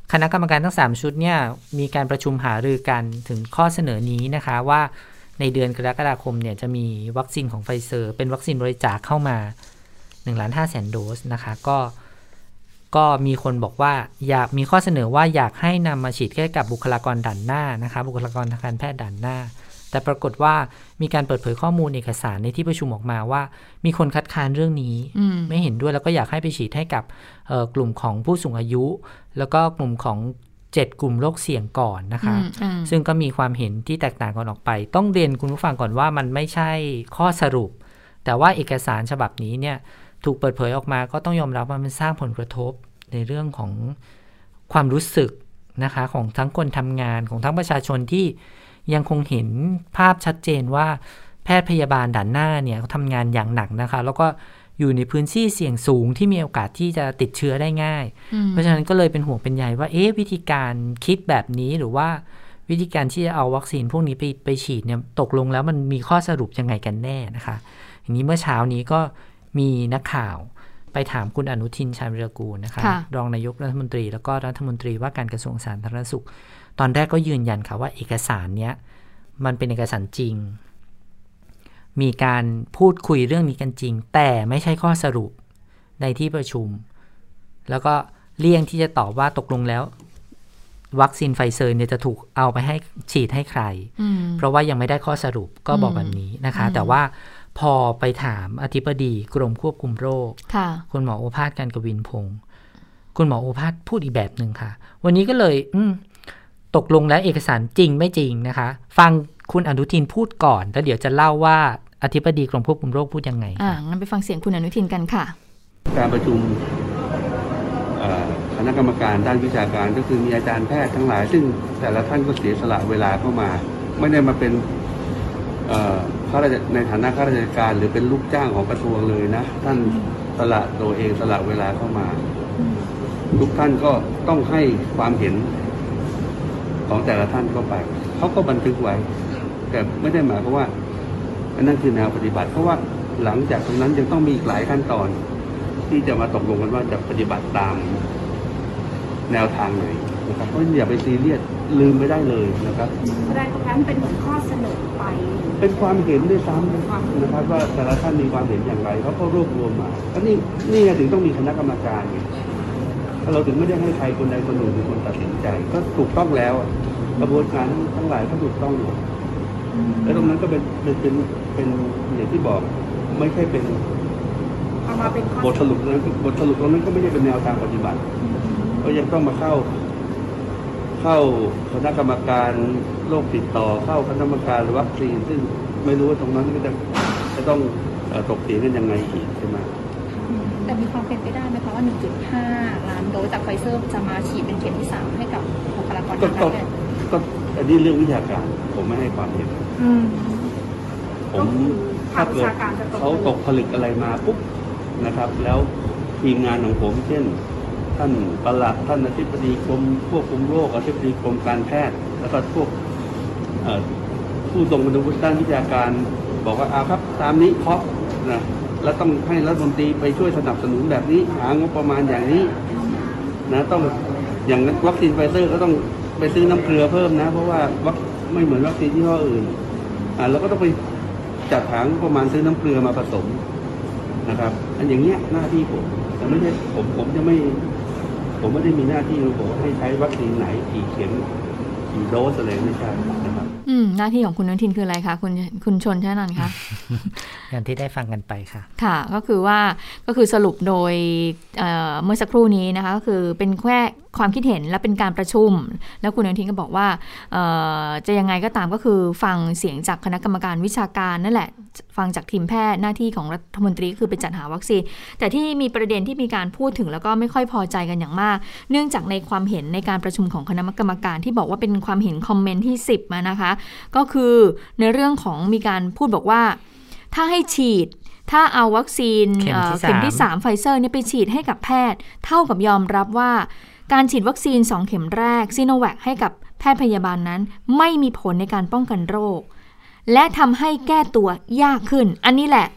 คณะกรรมการทั้งสามชุดเนี่ยมีการประชุมหารือกันถึงข้อเสนอนี้นะคะว่าในเดือนกรกฎาคมเนี่ยจะมีวัคซีนของไฟเซอร์เป็นวัคซีนบริจาคเข้ามา หนึ่งล้านห้าแสน โดสนะคะก็ก็มีคนบอกว่าอยากมีข้อเสนอว่าอยากให้นำมาฉีดแค่กับบุคลากรด่านหน้านะคะบุคลากรทางการแพทย์ด่านหน้าแต่ปรากฏว่ามีการเปิดเผยข้อมูลเอกสารในที่ประชุมออกมาว่ามีคนคัดค้านเรื่องนี้ไม่เห็นด้วยแล้วก็อยากให้ไปฉีดให้กับกลุ่มของผู้สูงอายุแล้วก็กลุ่มของเจ็ดกลุ่มโรคเสี่ยงก่อนนะคะซึ่งก็มีความเห็นที่แตกต่างกันออกไปต้องเรียนคุณผู้ฟังก่อนว่ามันไม่ใช่ข้อสรุปแต่ว่าเอกสารฉบับนี้เนี่ยถูกเปิดเผยออกมาก็ต้องยอมรับว่ามันสร้างผลกระทบในเรื่องของความรู้สึกนะคะของทั้งคนทำงานของทั้งประชาชนที่ยังคงเห็นภาพชัดเจนว่าแพทย์พยาบาลด่านหน้าเนี่ยเขาทำงานอย่างหนักนะคะแล้วก็อยู่ในพื้นที่เสี่ยงสูงที่มีโอกาสที่จะติดเชื้อได้ง่ายเพราะฉะนั้นก็เลยเป็นห่วงเป็นใยว่าเอ๊ะวิธีการคิดแบบนี้หรือว่าวิธีการที่จะเอาวัคซีนพวกนี้ไปไปฉีดเนี่ยตกลงแล้วมันมีข้อสรุปยังไงกันแน่นะคะอย่างนี้เมื่อเช้านี้ก็มีนักข่าวไปถามคุณอนุทินชาญวิรากูลนะคะรองนายกรัฐมนตรีแล้วก็รัฐมนตรีว่าการกระทรวงสาธารณสุขตอนแรกก็ยืนยันค่ะว่าเอกสารเนี้ยมันเป็นเอกสารจริงมีการพูดคุยเรื่องนี้กันจริงแต่ไม่ใช่ข้อสรุปในที่ประชุมแล้วก็เลี่ยงที่จะตอบว่าตกลงแล้ววัคซีนไฟเซอร์เนี่ยจะถูกเอาไปให้ฉีดให้ใครเพราะว่ายังไม่ได้ข้อสรุปก็บอกแบบนี้นะคะแต่ว่าพอไปถามอธิบดีกรมควบคุมโรคคุณหมอโอภาสการกวินพงศ์คุณหมอโอภาสพูดอีกแบบหนึ่งค่ะวันนี้ก็เลยตกลงแล้วเอกสารจริงไม่จริงนะคะฟังคุณอนุทินพูดก่อนแล้วเดี๋ยวจะเล่าว่าอธิบดีกรมควบคุมโรคพูดยังไงอ่างั้นไปฟังเสียงคุณอนุทินกันค่ะการประชุมคณะกรรมการด้านวิชาการก็คือมีอาจารย์แพทย์ทั้งหลายซึ่งแต่ละท่านก็เสียสละเวลาเข้ามาไม่ได้มาเป็นข้าราชในฐานะข้าราชการหรือเป็นลูกจ้างของกระทรวงเลยนะท่านสละตัวเองสละเวลาเข้ามาทุกท่านก็ต้องให้ความเห็นของแต่ละท่านเข้าไปเขาก็บันทึกไว้แต่ไม่ได้หมายความว่านั่นคือแนวปฏิบัติเพราะว่าหลังจากตรงนั้นยังต้องมีอีกหลายขั้นตอนที่จะมาตกลงกันว่าจะปฏิบัติตามแนวทางไหนนะครับเพราะอย่าไปซีเรียสลืมไม่ได้เลยนะครับแสดงตรงนั้นเป็นเหมือนข้อเสนอไปเป็นความเห็นด้วยซ้ำนะครับว่าแต่ละท่านมีความเห็นอย่างไรเขาก็รวบรวมมาก็นี่นี่ไงถึงต้องมีคณะกรรมการเราถึงไม่ได้ให้ใครคนใดคนหนึ่งเป็นคนตัดสินใจก็ถูกต้องแล้วกระบวนการทั้งหลายก็ถูกต้องแล้วตรงนั้นก็เป็นเป็นเป็นเป็นอย่างที่บอกไม่ใช่เป็นบทสรุปนั้นบทสรุปตรงนั้นก็ไม่ใช่เป็นแนวทางปฏิบัติก็ยังต้องมาเข้าเข้าคณะกรรมการโรคติดต่อเข้าคณะกรรมการวัคซีนซึ่งไม่รู้ว่าตรงนั้นก็จะจะต้องตกเถียงกันยังไงอีกใช่ไหมแต่มีความเป็นไปได้ไหมคะว่า หนึ่งจุดห้า ล้านโดสจากไฟเซอร์จะมาฉีดเป็นเข็มที่สามให้กับบุคลากรทางการแพทย์ก็อันนี้เรื่องวิชาการผมไม่ให้ความเห็นผมถ้าเกิดเขาตกผลึกอะไรมาปุ๊บนะครับแล้วทีมงานของผมเช่นท่านปลัดท่านอธิบดีกรมควบคุมโรคอธิบดีกรมการแพทย์แล้วก็พวกผู้ทรงคุณวุฒิด้านวิชาการบอกว่าเอาครับตามนี้เคาะนะแล้วต้องให้รัฐมนตรีไปช่วยสนับสนุนแบบนี้หางบประมาณอย่างนี้นะต้องอย่างวัคซีนไฟเซอร์ก็ต้องไปซื้อน้ำเกลือเพิ่มนะเพราะว่าไม่เหมือนวัคซีนยี่ห้ออื่นอ่าเราก็ต้องไปจัดหางบประมาณซื้อน้ำเกลือมาผสมนะครับอันอย่างเงี้ยหน้าที่ผมแต่ไม่ใช่ผมผมจะไม่ผมไม่ได้มีหน้าที่บอกให้ใช้วัคซีนไหนกี่เข็มกี่โดสอะไรไม่ใช่นะครับอืมหน้าที่ของคุณอนุทินคืออะไรคะคุณคุณชนใช่นั้นคะอย่างที่ได้ฟังกันไปค่ะค่ะก็คือว่าก็คือสรุปโดย เอ่อ เมื่อสักครู่นี้นะคะก็คือเป็นแค่ความคิดเห็นและเป็นการประชุมแล้วคุณอนุทินก็บอกว่าจะยังไงก็ตามก็คือฟังเสียงจากคณะกรรมการวิชาการนั่นแหละฟังจากทีมแพทย์หน้าที่ของรัฐมนตรีคือไปจัดหาวัคซีนแต่ที่มีประเด็นที่มีการพูดถึงแล้วก็ไม่ค่อยพอใจกันอย่างมากเนื่องจากในความเห็นในการประชุมของคณะกรรมการที่บอกว่าเป็นความเห็นคอมเมนต์ที่สิบมานะคะก็คือในเรื่องของมีการพูดบอกว่าถ้าให้ฉีดถ้าเอาวัคซีนเข็มที่สามไฟเซอร์นี่ไปฉีดให้กับแพทย์เท่ากับยอมรับว่าการฉีดวัคซีนสองเข็มแรกซิโนแวคให้กับแพทย์พยาบาลนั้นไม่มีผลในการป้องกันโรคและทำให้แก้ตัวยากขึ้นอันนี้แหละ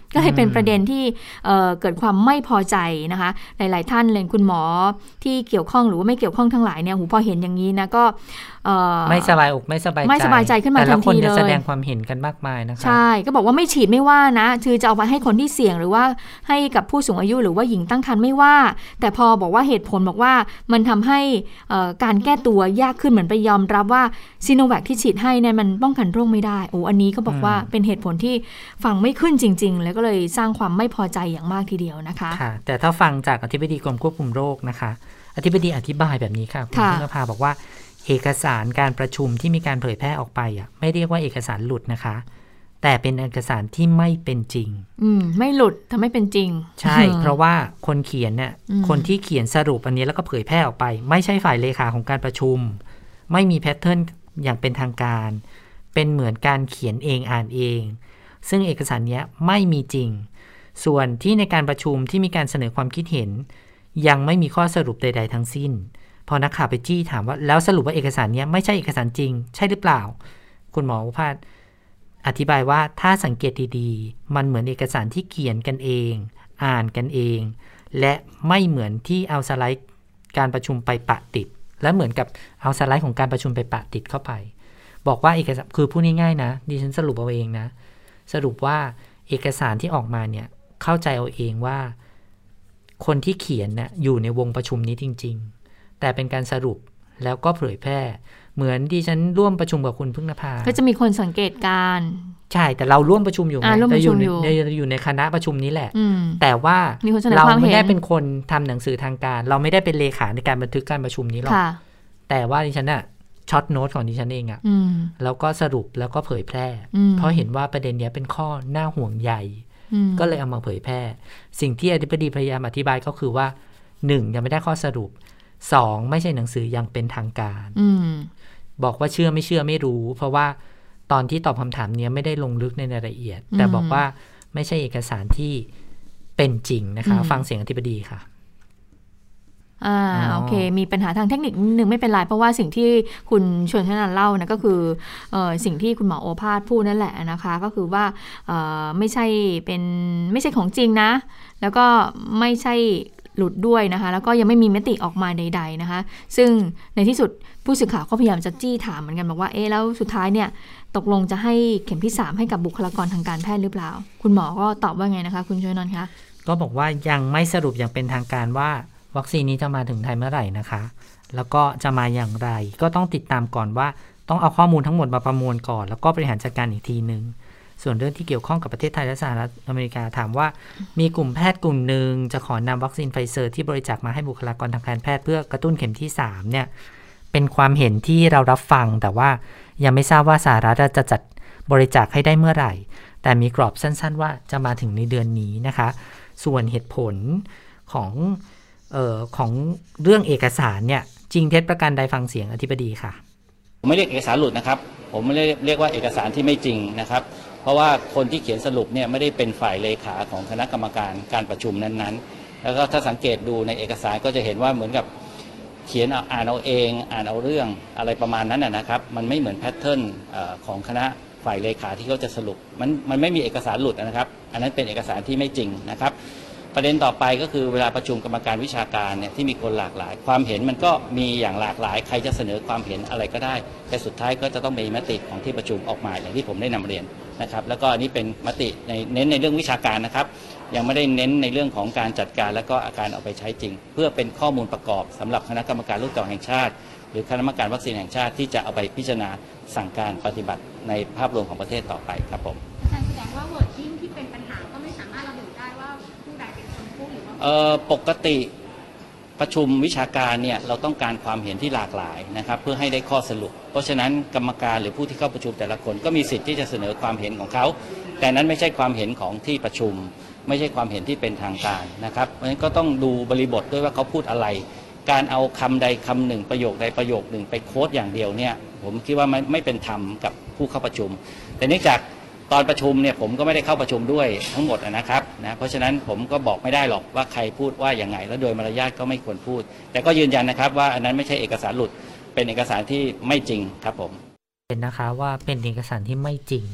ก็เลยเป็นประเด็นที่เอ่อเกิดความไม่พอใจนะคะหลายๆท่านเลยคุณหมอที่เกี่ยวข้องหรือว่าไม่เกี่ยวข้องทั้งหลายเนี่ยหูพอเห็นอย่างนี้นะก็ไม่สบายอกไม่สบายใจไม่สบายใจขึ้นมาทันทีเลยแต่ละคนจะแสดงความเห็นกันมากมายนะคะใช่ก็บอกว่าไม่ฉีดไม่ว่านะคือจะเอาไปให้คนที่เสี่ยงหรือว่าให้กับผู้สูงอายุหรือว่าหญิงตั้งครรภ์ไม่ว่าแต่พอบอกว่าเหตุผลบอกว่ามันทำให้การแก้ตัวยากขึ้นเหมือนไปยอมรับว่าซีโนแวคที่ฉีดให้เนี่ยมันป้องกันโรคไม่ได้โอ้อันนี้ก็บอกว่าเป็นเหตุผลที่ฟังไม่ขึ้นจริงๆแล้วก็เลยสร้างความไม่พอใจอย่างมากทีเดียวนะคะค่ะแต่ถ้าฟังจากอธิบดีกรมควบคุมโรคนะคะอธิบดีอธิบายแบบนี้ค่ะคุณพึ่งนภาบอกว่าเอกสารการประชุมที่มีการเผยแพร่ออกไปอ่ะไม่เรียกว่าเอกสารหลุดนะคะแต่เป็นเอกสารที่ไม่เป็นจริงอืมไม่หลุดทำไม่เป็นจริงใช่เพราะว่าคนเขียนเนี่ยคนที่เขียนสรุปอันนี้แล้วก็เผยแพร่ออกไปไม่ใช่ฝ่ายเลขาของการประชุมไม่มีแพทเทิร์นอย่างเป็นทางการเป็นเหมือนการเขียนเองอ่านเองซึ่งเอกสารนี้ไม่มีจริงส่วนที่ในการประชุมที่มีการเสนอความคิดเห็นยังไม่มีข้อสรุปใดๆทั้งสิ้นพอนักข่าวไปจี้ถามว่าแล้วสรุปว่าเอกสารนี้ไม่ใช่เอกสารจริงใช่หรือเปล่าคุณหมออุภาสอธิบายว่าถ้าสังเกตดีๆมันเหมือนเอกสารที่เขียนกันเองอ่านกันเองและไม่เหมือนที่เอาสไลด์การประชุมไปปะติดและเหมือนกับเอาสไลด์ของการประชุมไปปะติดเข้าไปบอกว่าเอกสารคือพูดง่ายๆนะดิฉันสรุปเอาเองนะสรุปว่าเอกสารที่ออกมาเนี่ยเข้าใจเอาเองว่าคนที่เขียนเนี่ยอยู่ในวงประชุมนี้จริงๆแต่เป็นการสรุปแล้วก็เผยแพร่เหมือนที่ฉันร่วมประชุมกับคุณพึ่งนภาก็จะมีคนสังเกตการใช่แต่เราร่วมประชุมอยู่ไงเราอยู่ในอยู่ในคณะประชุมนี้แหละแต่ว่าเราไม่ได้เป็นคนทำหนังสือทางการเราไม่ได้เป็นเลขาในการบันทึกการประชุมนี้หรอกแต่ว่าดิฉันน่ะช็อตโน้ตของดิฉันเองอ่ะแล้วก็สรุปแล้วก็เผยแพร่เพราะเห็นว่าประเด็นนี้เป็นข้อน่าห่วงใยก็เลยเอามาเผยแพร่สิ่งที่อธิบดีพยายามอธิบายก็คือว่าหนึ่งยังไม่ได้ข้อสรุปสองไม่ใช่หนังสือยังเป็นทางการบอกว่าเชื่อไม่เชื่อไม่รู้เพราะว่าตอนที่ตอบคำถามนี้ไม่ได้ลงลึกในรายละเอียดแต่บอกว่าไม่ใช่เอกสารที่เป็นจริงนะคะฟังเสียงอธิบดีค่ะอ่าโอเคมีปัญหาทางเทคนิคนึงไม่เป็นไรเพราะว่าสิ่งที่คุณชวนชนันเล่านะก็คือเอ่อสิ่งที่คุณหมอโอภาสพูดนั่นแหละนะคะก็คือว่าเอ่อไม่ใช่เป็นไม่ใช่ของจริงนะแล้วก็ไม่ใช่หลุดด้วยนะคะแล้วก็ยังไม่มีมติออกมาใดๆนะคะซึ่งในที่สุดผู้สื่อข่าวก็พยายามจะจี้ถามเหมือนกันบอกว่าเอ๊ะแล้วสุดท้ายเนี่ยตกลงจะให้เข็มที่สามให้กับบุคลากรทางการแพทย์หรือเปล่าคุณหมอก็ตอบว่าไงนะคะคุณชวนนท์คะก็บอกว่ายังไม่สรุปอย่างเป็นทางการว่าวัคซีนนี้จะมาถึงไทยเมื่อไหร่นะคะแล้วก็จะมาอย่างไรก็ต้องติดตามก่อนว่าต้องเอาข้อมูลทั้งหมดมาประมวลก่อนแล้วก็บริหารจัดการอีกทีนึงส่วนเรื่องที่เกี่ยวข้องกับประเทศไทยและสหรัฐอเมริกาถามว่ามีกลุ่มแพทย์กลุ่มหนึ่งจะขอนำวัคซีนไฟเซอร์ที่บริจาคมาให้บุคลากรทางการแพทย์เพื่อกระตุ้นเข็มที่สามเนี่ยเป็นความเห็นที่เรารับฟังแต่ว่ายังไม่ทราบว่าสหรัฐจะจัดบริจาคให้ได้เมื่อไหร่แต่มีกรอบสั้นๆว่าจะมาถึงในเดือนนี้นะคะส่วนเหตุผลของเอ่อของเรื่องเอกสารเนี่ยจริงเท็จประการใดฟังเสียงอธิบดีค่ะผมไม่เรียกเอกสารหลุดนะครับผมไม่ได้เรียกว่าเอกสารที่ไม่จริงนะครับเพราะว่าคนที่เขียนสรุปเนี่ยไม่ได้เป็นฝ่ายเลขาของคณะกรรมการการประชุมนั้นๆแล้วก็ถ้าสังเกตดูในเอกสารก็จะเห็นว่าเหมือนกับเขียนอ่านเอาเองอ่านเอาเรื่องอะไรประมาณนั้นนะครับมันไม่เหมือนแพทเทิร์นของคณะฝ่ายเลขาที่เขาจะสรุปมันมันไม่มีเอกสารหลุดนะครับอันนั้นเป็นเอกสารที่ไม่จริงนะครับประเด็นต่อไปก็คือเวลาประชุมกรรมการวิชาการเนี่ยที่มีคนหลากหลายความเห็นมันก็มีอย่างหลากหลายใครจะเสนอความเห็นอะไรก็ได้แต่สุดท้ายก็จะต้องมีมติของที่ประชุมออกมาอย่างที่ผมได้นำเรียนนะครับแล้วก็อันนี้เป็นมติในเน้นในเรื่องวิชาการนะครับยังไม่ได้เน้นในเรื่องของการจัดการและก็อาการเอาไปใช้จริงเพื่อเป็นข้อมูลประกอบสำหรับคณะกรรมการโรคติดต่อแห่งชาติหรือคณะกรรมการวัคซีนแห่งชาติที่จะเอาไปพิจารณาสั่งการปฏิบัติในภาพรวมของประเทศต่อไปครับผมอาจารย์แสดงว่า wording ที่เป็นปัญหาก็ไม่สามารถระบุได้ว่าผู้ใดเป็นคนพูดหรือว่าเอ่อปกติประชุมวิชาการเนี่ยเราต้องการความเห็นที่หลากหลายนะครับเพื่อให้ได้ข้อสรุปเพราะฉะนั้นกรรมการหรือผู้ที่เข้าประชุมแต่ละคนก็มีสิทธิ์ที่จะเสนอความเห็นของเขาแต่นั้นไม่ใช่ความเห็นของที่ประชุมไม่ใช่ความเห็นที่เป็นทางการนะครับเพราะฉะนั้นก็ต้องดูบริบทด้วยว่าเขาพูดอะไรการเอาคำใดคำหนึ่งประโยคใดประโยคหนึ่งไปโค้ดอย่างเดียวเนี่ยผมคิดว่าไม่ไม่เป็นธรรมกับผู้เข้าประชุมแต่เนื่องจากตอนประชุมเนี่ยผมก็ไม่ได้เข้าประชุมด้วยทั้งหมดนะครับนะเพราะฉะนั้นผมก็บอกไม่ได้หรอกว่าใครพูดว่าอย่างไงแล้วโดยมารยาทก็ไม่ควรพูดแต่ก็ยืนยันนะครับว่าอันนั้นไม่ใช่เอกสารหลุดเป็นเอกสารที่ไม่จริงครับผมเห็นนะคะว่าเป็นเอกสารที่ไม่จริง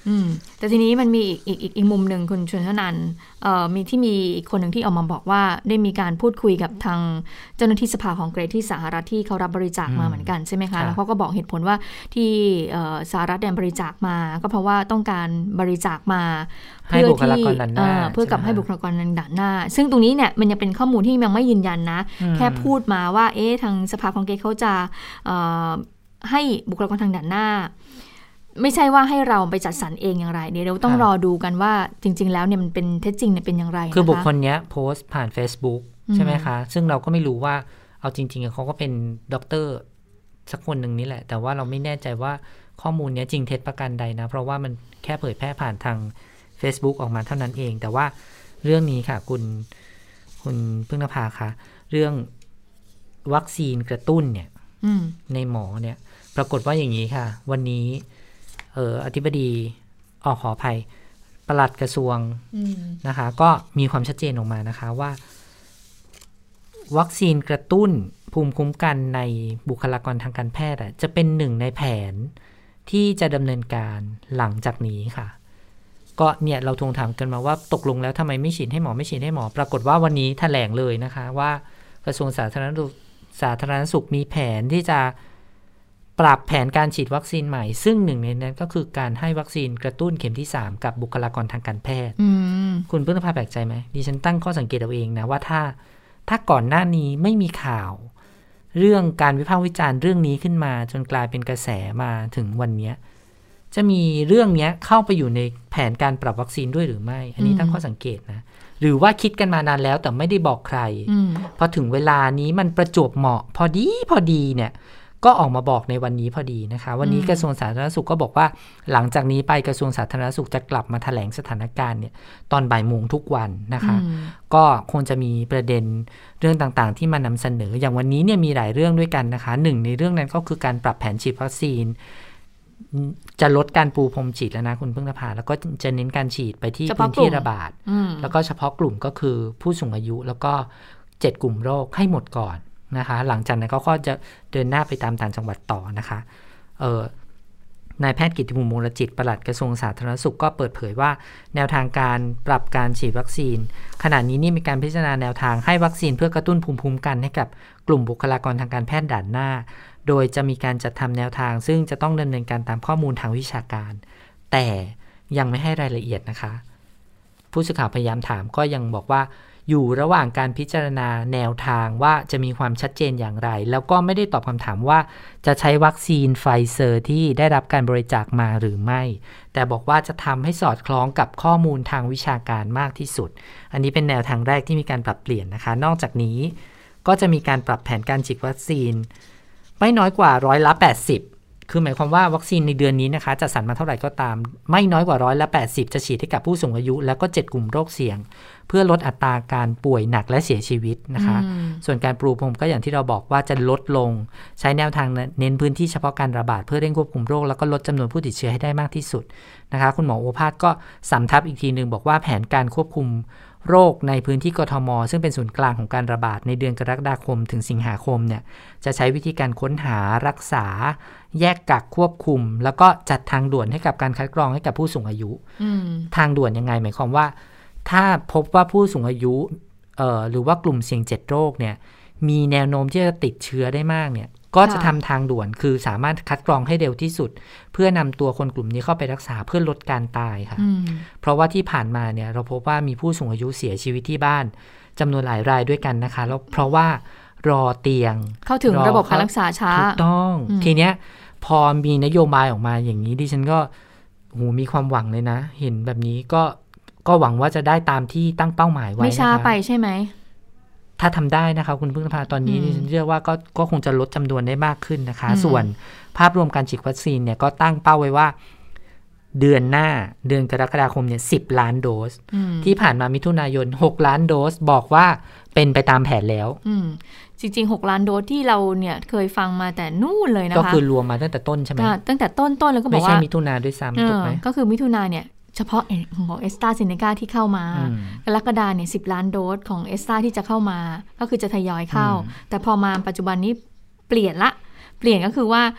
อืมแต่ทีนี้มันมีอีกอีกอีกอีกมุมหนึ่งคุณชนทนันท์เอ่อมีที่มีอีกคนหนึ่งที่ออกมาบอกว่าได้มีการพูดคุยกับทางเจ้าหน้าที่สภาคองเกรสที่สหรัฐที่เขารับบริจาคมาเหมือนกันใช่ไหมคะแล้วเขาก็บอกเหตุผลว่าที่สหรัฐเนี่ยบริจาคมาก็เพราะว่าต้องการบริจาคมาเพื่อที่เพื่อกับให้บุคลากรในด่านหน้าซึ่งตรงนี้เนี่ยมันยังเป็นข้อมูลที่ยังไม่ยืนยันนะแค่พูดมาว่าเอ๊ะทางสภาคองเกรสเขาจะให้บุคลากรทางด่านหน้าไม่ใช่ว่าให้เราไปจัดสรรเองอย่างไรเดี๋ยวเราต้องรอดูกันว่าจริงๆแล้วเนี่ยมันเป็นเท็จจริงเนี่ยเป็นอย่างไรนะคะคือบุคคลนี้โพสต์ผ่าน Facebook ใช่ไหมคะซึ่งเราก็ไม่รู้ว่าเอาจริงๆเขาก็เป็นด็อกเตอร์สักคนหนึ่งนี่แหละแต่ว่าเราไม่แน่ใจว่าข้อมูลนี้จริงเท็จประการใดนะเพราะว่ามันแค่เผยแพร่ผ่านทาง Facebook ออกมาเท่านั้นเองแต่ว่าเรื่องนี้ค่ะคุณคุณพึ่งนภาคะเรื่องวัคซีนกระตุ้นเนี่ยในหมอเนี่ยปรากฏว่าอย่างนี้ค่ะวันนี้เอ่ออธิบดีออกขออภัยปลัดกระทรวงนะคะก็มีความชัดเจนออกมานะคะว่าวัคซีนกระตุ้นภูมิคุ้มกันในบุคลากรทางการแพทย์จะเป็นหนึ่งในแผนที่จะดำเนินการหลังจากนี้ค่ะก็เนี่ยเราทวงถามกันมาว่าตกลงแล้วทำไมไม่ฉีดให้หมอไม่ฉีดให้หมอปรากฏว่าวันนี้แถลงเลยนะคะว่ากระทรวงสาธารณสุขสาธารณสุขมีแผนที่จะปรับแผนการฉีดวัคซีนใหม่ซึ่งหนึ่งในนั้นก็คือการให้วัคซีนกระตุ้นเข็มที่สามกับบุคลากรทางการแพทย์คุณพึ่งนภาแปลกใจไหมดิฉันตั้งข้อสังเกตเอาเองนะว่าถ้าถ้าก่อนหน้านี้ไม่มีข่าวเรื่องการวิพากษ์วิจารณ์เรื่องนี้ขึ้นมาจนกลายเป็นกระแสมาถึงวันนี้จะมีเรื่องนี้เข้าไปอยู่ในแผนการปรับวัคซีนด้วยหรือไม่อันนี้ตั้งข้อสังเกตนะหรือว่าคิดกันมานานแล้วแต่ไม่ได้บอกใครพอถึงเวลานี้มันประจวบเหมาะพอดีพอดีเนี่ยก็ออกมาบอกในวันนี้พอดีนะคะวันนี้กระทรวงสาธารณสุขก็บอกว่าหลังจากนี้ไปกระทรวงสาธารณสุขจะกลับมาแถลงสถานการณ์เนี่ยตอนบ่ายโมงทุกวันนะคะก็คงจะมีประเด็นเรื่องต่างๆที่มานำเสนออย่างวันนี้เนี่ยมีหลายเรื่องด้วยกันนะคะหนึ่งในเรื่องนั้นก็คือการปรับแผนฉีดวัคซีนจะลดการปูพรมฉีดแล้วนะคุณพึ่งนภาแล้วก็จะเน้นการฉีดไปที่พื้นที่ระบาดแล้วก็เฉพาะกลุ่มก็คือผู้สูงอายุแล้วก็เจ็ดกลุ่มโรคให้หมดก่อนนะคะหลังจากนั้นก็จะเดินหน้าไปตามต่างจังหวัดต่อนะคะเอ่อนายแพทย์กิตติภูมิวงศ์จิตปลัดกระทรวงสาธารณสุขก็เปิดเผยว่าแนวทางการปรับการฉีดวัคซีนขณะนี้นี่มีการพิจารณาแนวทางให้วัคซีนเพื่อกระตุ้นภูมิคุ้มกันให้กับกลุ่มบุคลากรทางการแพทย์ด่านหน้าโดยจะมีการจัดทำแนวทางซึ่งจะต้องดำเนินการตามข้อมูลทางวิชาการแต่ยังไม่ให้รายละเอียดนะคะผู้สื่อข่าวพยายามถามก็ยังบอกว่าอยู่ระหว่างการพิจารณาแนวทางว่าจะมีความชัดเจนอย่างไรแล้วก็ไม่ได้ตอบคำถามว่าจะใช้วัคซีนไฟเซอร์ที่ได้รับการบริจาคมาหรือไม่แต่บอกว่าจะทำให้สอดคล้องกับข้อมูลทางวิชาการมากที่สุดอันนี้เป็นแนวทางแรกที่มีการปรับเปลี่ยนนะคะนอกจากนี้ก็จะมีการปรับแผนการฉีดวัคซีนไม่น้อยกว่าร้อยละแปดสิบคือหมายความว่าวัคซีนในเดือนนี้นะคะจะสรรมาเท่าไหร่ก็ตามไม่น้อยกว่าร้อยละแปดสิบจะฉีดให้กับผู้สูงอายุแล้วก็เจ็ดกลุ่มโรคเสี่ยงเพื่อลดอัตราการป่วยหนักและเสียชีวิตนะคะส่วนการปูพรมก็อย่างที่เราบอกว่าจะลดลงใช้แนวทางเน้นพื้นที่เฉพาะการระบาดเพื่อเร่งควบคุมโรคแล้วก็ลดจำนวนผู้ติดเชื้อให้ได้มากที่สุดนะคะคุณหมอโอภาสก็สำทับอีกทีนึงบอกว่าแผนการควบคุมโรคในพื้นที่กทมซึ่งเป็นศูนย์กลางของการระบาดในเดือนกรกฎาคมถึงสิงหาคมเนี่ยจะใช้วิธีการค้นหารักษาแยกกักควบคุมแล้วก็จัดทางด่วนให้กับการคัดกรองให้กับผู้สูงอายุทางด่วนยังไงหมายความว่าถ้าพบว่าผู้สูงอายุเอ่อหรือว่ากลุ่มเสี่ยงเจ็ดโรคเนี่ยมีแนวโน้มที่จะติดเชื้อได้มากเนี่ยก็จะทำทางด่วนคือสามารถคัดกรองให้เร็วที่สุดเพื่อนำตัวคนกลุ่มนี้เข้าไปรักษาเพื่อลดการตายค่ะเพราะว่าที่ผ่านมาเนี่ยเราพบว่ามีผู้สูงอายุเสียชีวิตที่บ้านจำนวนหลายรายด้วยกันนะคะแล้วเพราะว่ารอเตียงเข้าถึงระบบการรักษาช้าถูกต้องทีเนี้ยพอมีนโยบายออกมาอย่างนี้ดิฉันก็โหมีความหวังเลยนะเห็นแบบนี้ก็ก็หวังว่าจะได้ตามที่ตั้งเป้าหมายไว้ไม่ช้าไปใช่ไหมถ้าทำได้นะคะคุณพึ่งนภาตอนนี้ดิฉันเชื่อว่าก็ก็คงจะลดจำนวนได้มากขึ้นนะคะส่วนภาพรวมการฉีดวัคซีนเนี่ยก็ตั้งเป้าไว้ว่าเดือนหน้าเดือนกรกฎาคมเนี่ยสิบล้านโดสที่ผ่านมามิถุนายนหกล้านโดสบอกว่าเป็นไปตามแผนแล้วจริงๆหกล้านโดสที่เราเนี่ยเคยฟังมาแต่นู่นเลยนะคะก็คือรวมมาตั้งแต่ต้นใช่ไหมตั้งแต่ต้นต้นแล้วก็บอกว่าไม่ใช่มิถุนาด้วยซ้ำถูกไหมก็คือมิถุนาเนี่ยเฉพาะของเอสตราเซเนกาที่เข้ามากรกฎาเนี่ยสิบล้านโดสของเอสตราที่จะเข้ามาก็คือจะทยอยเข้าแต่พอมาปัจจุบันนี้เปลี่ยนละเปลี่ยนก็คือว่า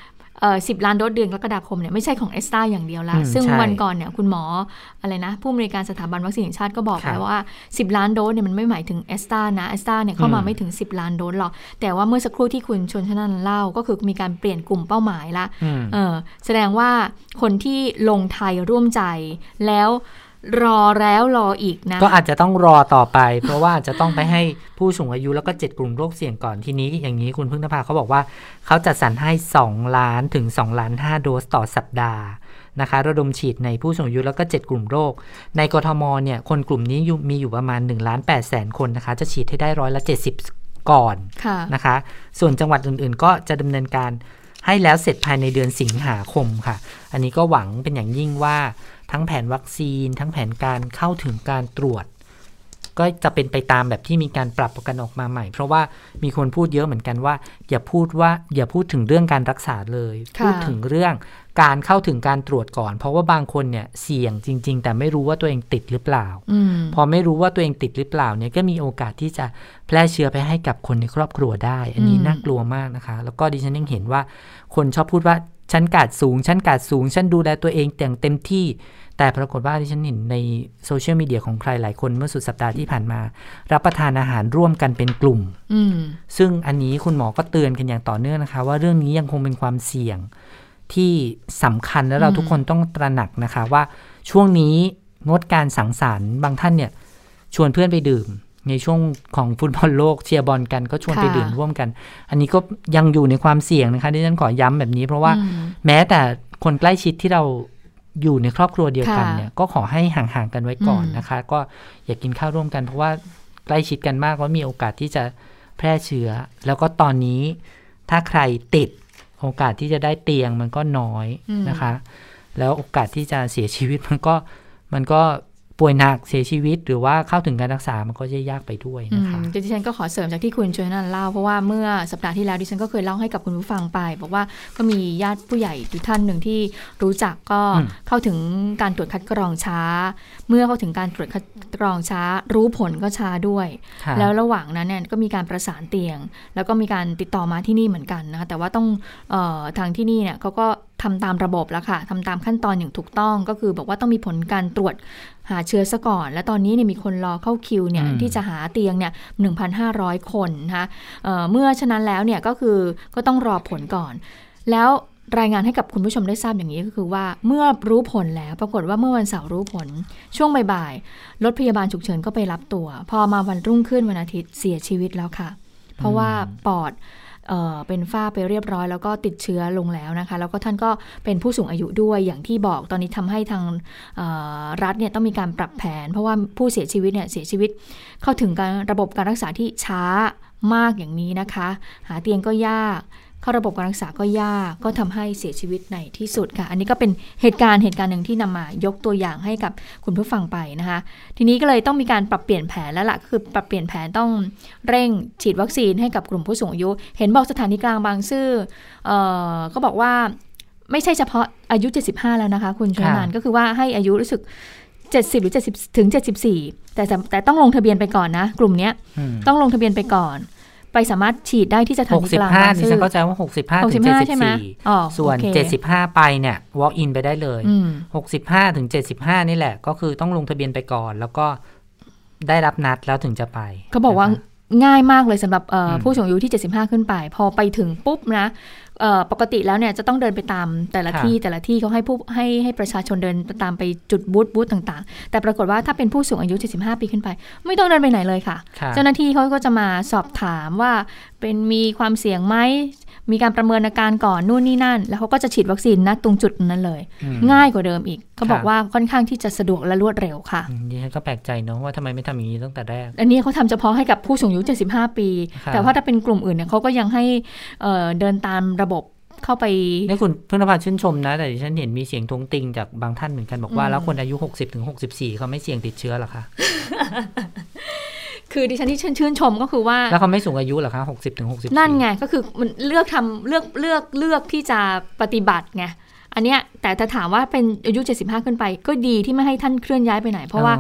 เอ่อสิบล้านโดสเดือนกรกฎาคมเนี่ยไม่ใช่ของเอสตราอย่างเดียวละซึ่งวันก่อนเนี่ยคุณหมออะไรนะผู้อำนวยการสถาบันวัคซีนแห่งชาติก็บอกแล้วว่าสิบล้านโดสเนี่ยมันไม่หมายถึงเอสตรานะเอสตราเนี่ยเข้ามาไม่ถึงสิบล้านโดสหรอกแต่ว่าเมื่อสักครู่ที่คุณชนชนันท์เล่าก็คือมีการเปลี่ยนกลุ่มเป้าหมายละเออแสดงว่าคนที่ลงไทยร่วมใจแล้วรอแล้วรออีกนะก็อาจจะต้องรอต่อไป เพราะว่าจะต้องไปให้ผู้สูงอายุแล้วก็เจ็ดกลุ่มโรคเสี่ยงก่อนทีนี้อย่างนี้คุณพึ่งนภาเขาบอกว่าเขาจัดสรรให้สองล้านถึงสองล้านห้าโดสต่อสัปดาห์นะคะระดมฉีดในผู้สูงอายุแล้วก็เจ็ดกลุ่มโรคในกทมเนี่ยคนกลุ่มนี้มีอยู่ประมาณหนึ่งล้านแปดแสนคนนะคะจะฉีดให้ได้ร้อยละเจ็ดสิบก่อนนะคะส่วนจังหวัดอื่นๆก็จะดำเนินการให้แล้วเสร็จภายในเดือนสิงหาคมค่ะอันนี้ก็หวังเป็นอย่างยิ่งว่าทั้งแผนวัคซีนทั้งแผนการเข้าถึงการตรวจก็จะเป็นไปตามแบบที่มีการปรับกันออกมาใหม่เพราะว่ามีคนพูดเยอะเหมือนกันว่าอย่าพูดว่าอย่าพูดถึงเรื่องการรักษาเลยพูดถึงเรื่องการเข้าถึงการตรวจก่อนเพราะว่าบางคนเนี่ยเสี่ยงจริงๆแต่ไม่รู้ว่าตัวเองติดหรือเปล่าพอไม่รู้ว่าตัวเองติดหรือเปล่าเนี่ยก็มีโอกาสที่จะแพร่เชื้อไปให้กับคนในครอบครัวได้อันนี้น่ากลัวมากนะคะแล้วก็ดิฉันยังเห็นว่าคนชอบพูดว่าฉันกาดสูงฉันกาดสูงฉันดูแลตัวเองอย่างเต็มที่แต่ปรากฏว่าที่ฉันเห็นในโซเชียลมีเดียของใครหลายคนเมื่อสุดสัปดาห์ที่ผ่านมารับประทานอาหารร่วมกันเป็นกลุ่มซึ่งอันนี้คุณหมอก็เตือนกันอย่างต่อเนื่องนะคะว่าเรื่องนี้ยังคงเป็นความเสี่ยงที่สำคัญและเราทุกคนต้องตระหนักนะคะว่าช่วงนี้งดการสังสรรค์บางท่านเนี่ยชวนเพื่อนไปดื่มในช่วงของฟุตบอลโลกเชียร์บอลกันก็ชวนไปดื่มร่วมกันอันนี้ก็ยังอยู่ในความเสี่ยงนะคะที่ฉันขอย้ำแบบนี้เพราะว่าแม้แต่คนใกล้ชิดที่เราอยู่ในครอบครัวเดียวกันเนี่ยก็ขอให้ห่างๆกันไว้ก่อนนะคะก็อย่ากินข้าวร่วมกันเพราะว่าใกล้ชิดกันมากว่ามีโอกาสที่จะแพร่เชื้อแล้วก็ตอนนี้ถ้าใครติดโอกาสที่จะได้เตียงมันก็น้อยนะคะแล้วโอกาสที่จะเสียชีวิตมันก็มันก็ป่วยหนักเสียชีวิตหรือว่าเข้าถึงการรักษามันก็จะยากไปด้วยนะคะดิฉันก็ขอเสริมจากที่คุณชวนนันเล่าเพราะว่าเมื่อสัปดาห์ที่แล้วดิฉันก็เคยเล่าให้กับคุณผู้ฟังไปบอกว่าก็มีญาติผู้ใหญ่ทุกท่านหนึ่งที่รู้จักก็เข้าถึงการตรวจคัดกรองช้าเมื่อเข้าถึงการตรวจคัดกรองช้ารู้ผลก็ช้าด้วยแล้วระหว่างนั้นเนี่ยก็มีการประสานเตียงแล้วก็มีการติดต่อมาที่นี่เหมือนกันนะคะแต่ว่าต้องเอ่อทางที่นี่เนี่ยเขาก็ทำตามระบบแล้วค่ะทำตามขั้นตอนอย่างถูกต้องก็คือบอกว่าต้องมีผลการตรวจหาเชื้อซะก่อนและตอนนี้เนี่ยมีคนรอเข้าคิวเนี่ยที่จะหาเตียงเนี่ย หนึ่งพันห้าร้อย คนนะคะเอ่อเมื่อฉะนั้นแล้วเนี่ยก็คือก็ต้องรอผลก่อนแล้วรายงานให้กับคุณผู้ชมได้ทราบอย่างนี้ก็คือว่าเมื่อรู้ผลแล้วปรากฏว่าเมื่อวันเสาร์รู้ผลช่วงบ่ายๆรถพยาบาลฉุกเฉินก็ไปรับตัวพอมาวันรุ่งขึ้นวันอาทิตย์เสียชีวิตแล้วค่ะเพราะว่าปอดเอ่อเป็นฝ้าไปเรียบร้อยแล้วก็ติดเชื้อลงแล้วนะคะแล้วก็ท่านก็เป็นผู้สูงอายุด้วยอย่างที่บอกตอนนี้ทำให้ทางรัฐเนี่ยต้องมีการปรับแผนเพราะว่าผู้เสียชีวิตเนี่ยเสียชีวิตเข้าถึงการระบบการรักษาที่ช้ามากอย่างนี้นะคะหาเตียงก็ยากเข้าระบบการรักษาก็ยากก็ทำให้เสียชีวิตในที่สุดค่ะอันนี้ก็เป็นเหตุการณ์เหตุการณ์หนึ่งที่นำมายกตัวอย่างให้กับคุณผู้ฟังไปนะคะทีนี้ก็เลยต้องมีการปรับเปลี่ยนแผนแล้วล่ะคือปรับเปลี่ยนแผนต้องเร่งฉีดวัคซีนให้กับกลุ่มผู้สูงอายุเห็นบอกสถานีกลางบางซื่อเอ่อก็บอกว่าไม่ใช่เฉพาะอายุเจ็ดสิบห้าแล้วนะคะคุณชลนันท์ก็คือว่าให้อายุรู้สึกเจ็ดสิบหรือเจ็ดสิบถึงเจ็ดสิบสี่แต่แต่ต้องลงทะเบียนไปก่อนนะกลุ่มนี้ต้องลงทะเบียนไปก่อนไปสามารถฉีดได้ที่สถานีกลางบางซื่อหกสิบห้าดิฉันเข้าใจว่าหกสิบห้าถึงเจ็ดสิบสี่ส่วนเจ็ดสิบห้าไปเนี่ย walk in ไปได้เลยหกสิบห้าถึงเจ็ดสิบห้านี่แหละก็คือต้องลงทะเบียนไปก่อนแล้วก็ได้รับนัดแล้วถึงจะไปเขาบอกว่าง่ายมากเลยสำหรับผู้สูงอายุที่เจ็ดสิบห้าขึ้นไปพอไปถึงปุ๊บนะปกติแล้วเนี่ยจะต้องเดินไปตามแต่ละที่แต่ละที่เขาให้ผู้ให้ให้ประชาชนเดินตามไปจุดบูธบูธต่างๆแต่ปรากฏว่าถ้าเป็นผู้สูงอายุเจ็ดสิบห้าปีขึ้นไปไม่ต้องเดินไปไหนเลยค่ะเจ้าหน้าที่เขาก็จะมาสอบถามว่าเป็นมีความเสี่ยงไหมมีการประเมินอาการก่อนนู่นนี่นั่นแล้วเขาก็จะฉีดวัคซีนณตรงจุดนั้นเลยง่ายกว่าเดิมอีกเขาบอกว่าค่อนข้างที่จะสะดวกและรวดเร็วค่ะดิฉันก็แปลกใจเนาะว่าทำไมไม่ทำอย่างนี้ตั้งแต่แรกอันนี้เขาทำเฉพาะให้กับผู้สูงอายุเจ็ดสิบห้าปีแต่ว่าถ้าเป็นกลุ่มอื่นเนี่ยเขาก็ยังให้เดินตามระบบเข้าไปนี่คุณเพื่อนพาชื่นชมนะแต่ฉันเห็นมีเสียงท้วงติงจากบางท่านเหมือนกันบอกว่าแล้วคนอายุหกสิบถึงหกสิบสี่เขาไม่เสี่ยงติดเชื้อหรอคะคือดิฉันที่ชื่นชื่นชมก็คือว่าแล้วเขาไม่สูงอายุหรอคะหกสิบถึงหกสิบนั่นไงก็คือมันเลือกทำเลือกเลือกเลือกที่จะปฏิบัติไงอันเนี้ยแต่ถ้าถามว่าเป็นอายุเจ็ดสิบห้าขึ้นไปก็ดีที่ไม่ให้ท่านเคลื่อนย้ายไปไหนเพราะว่า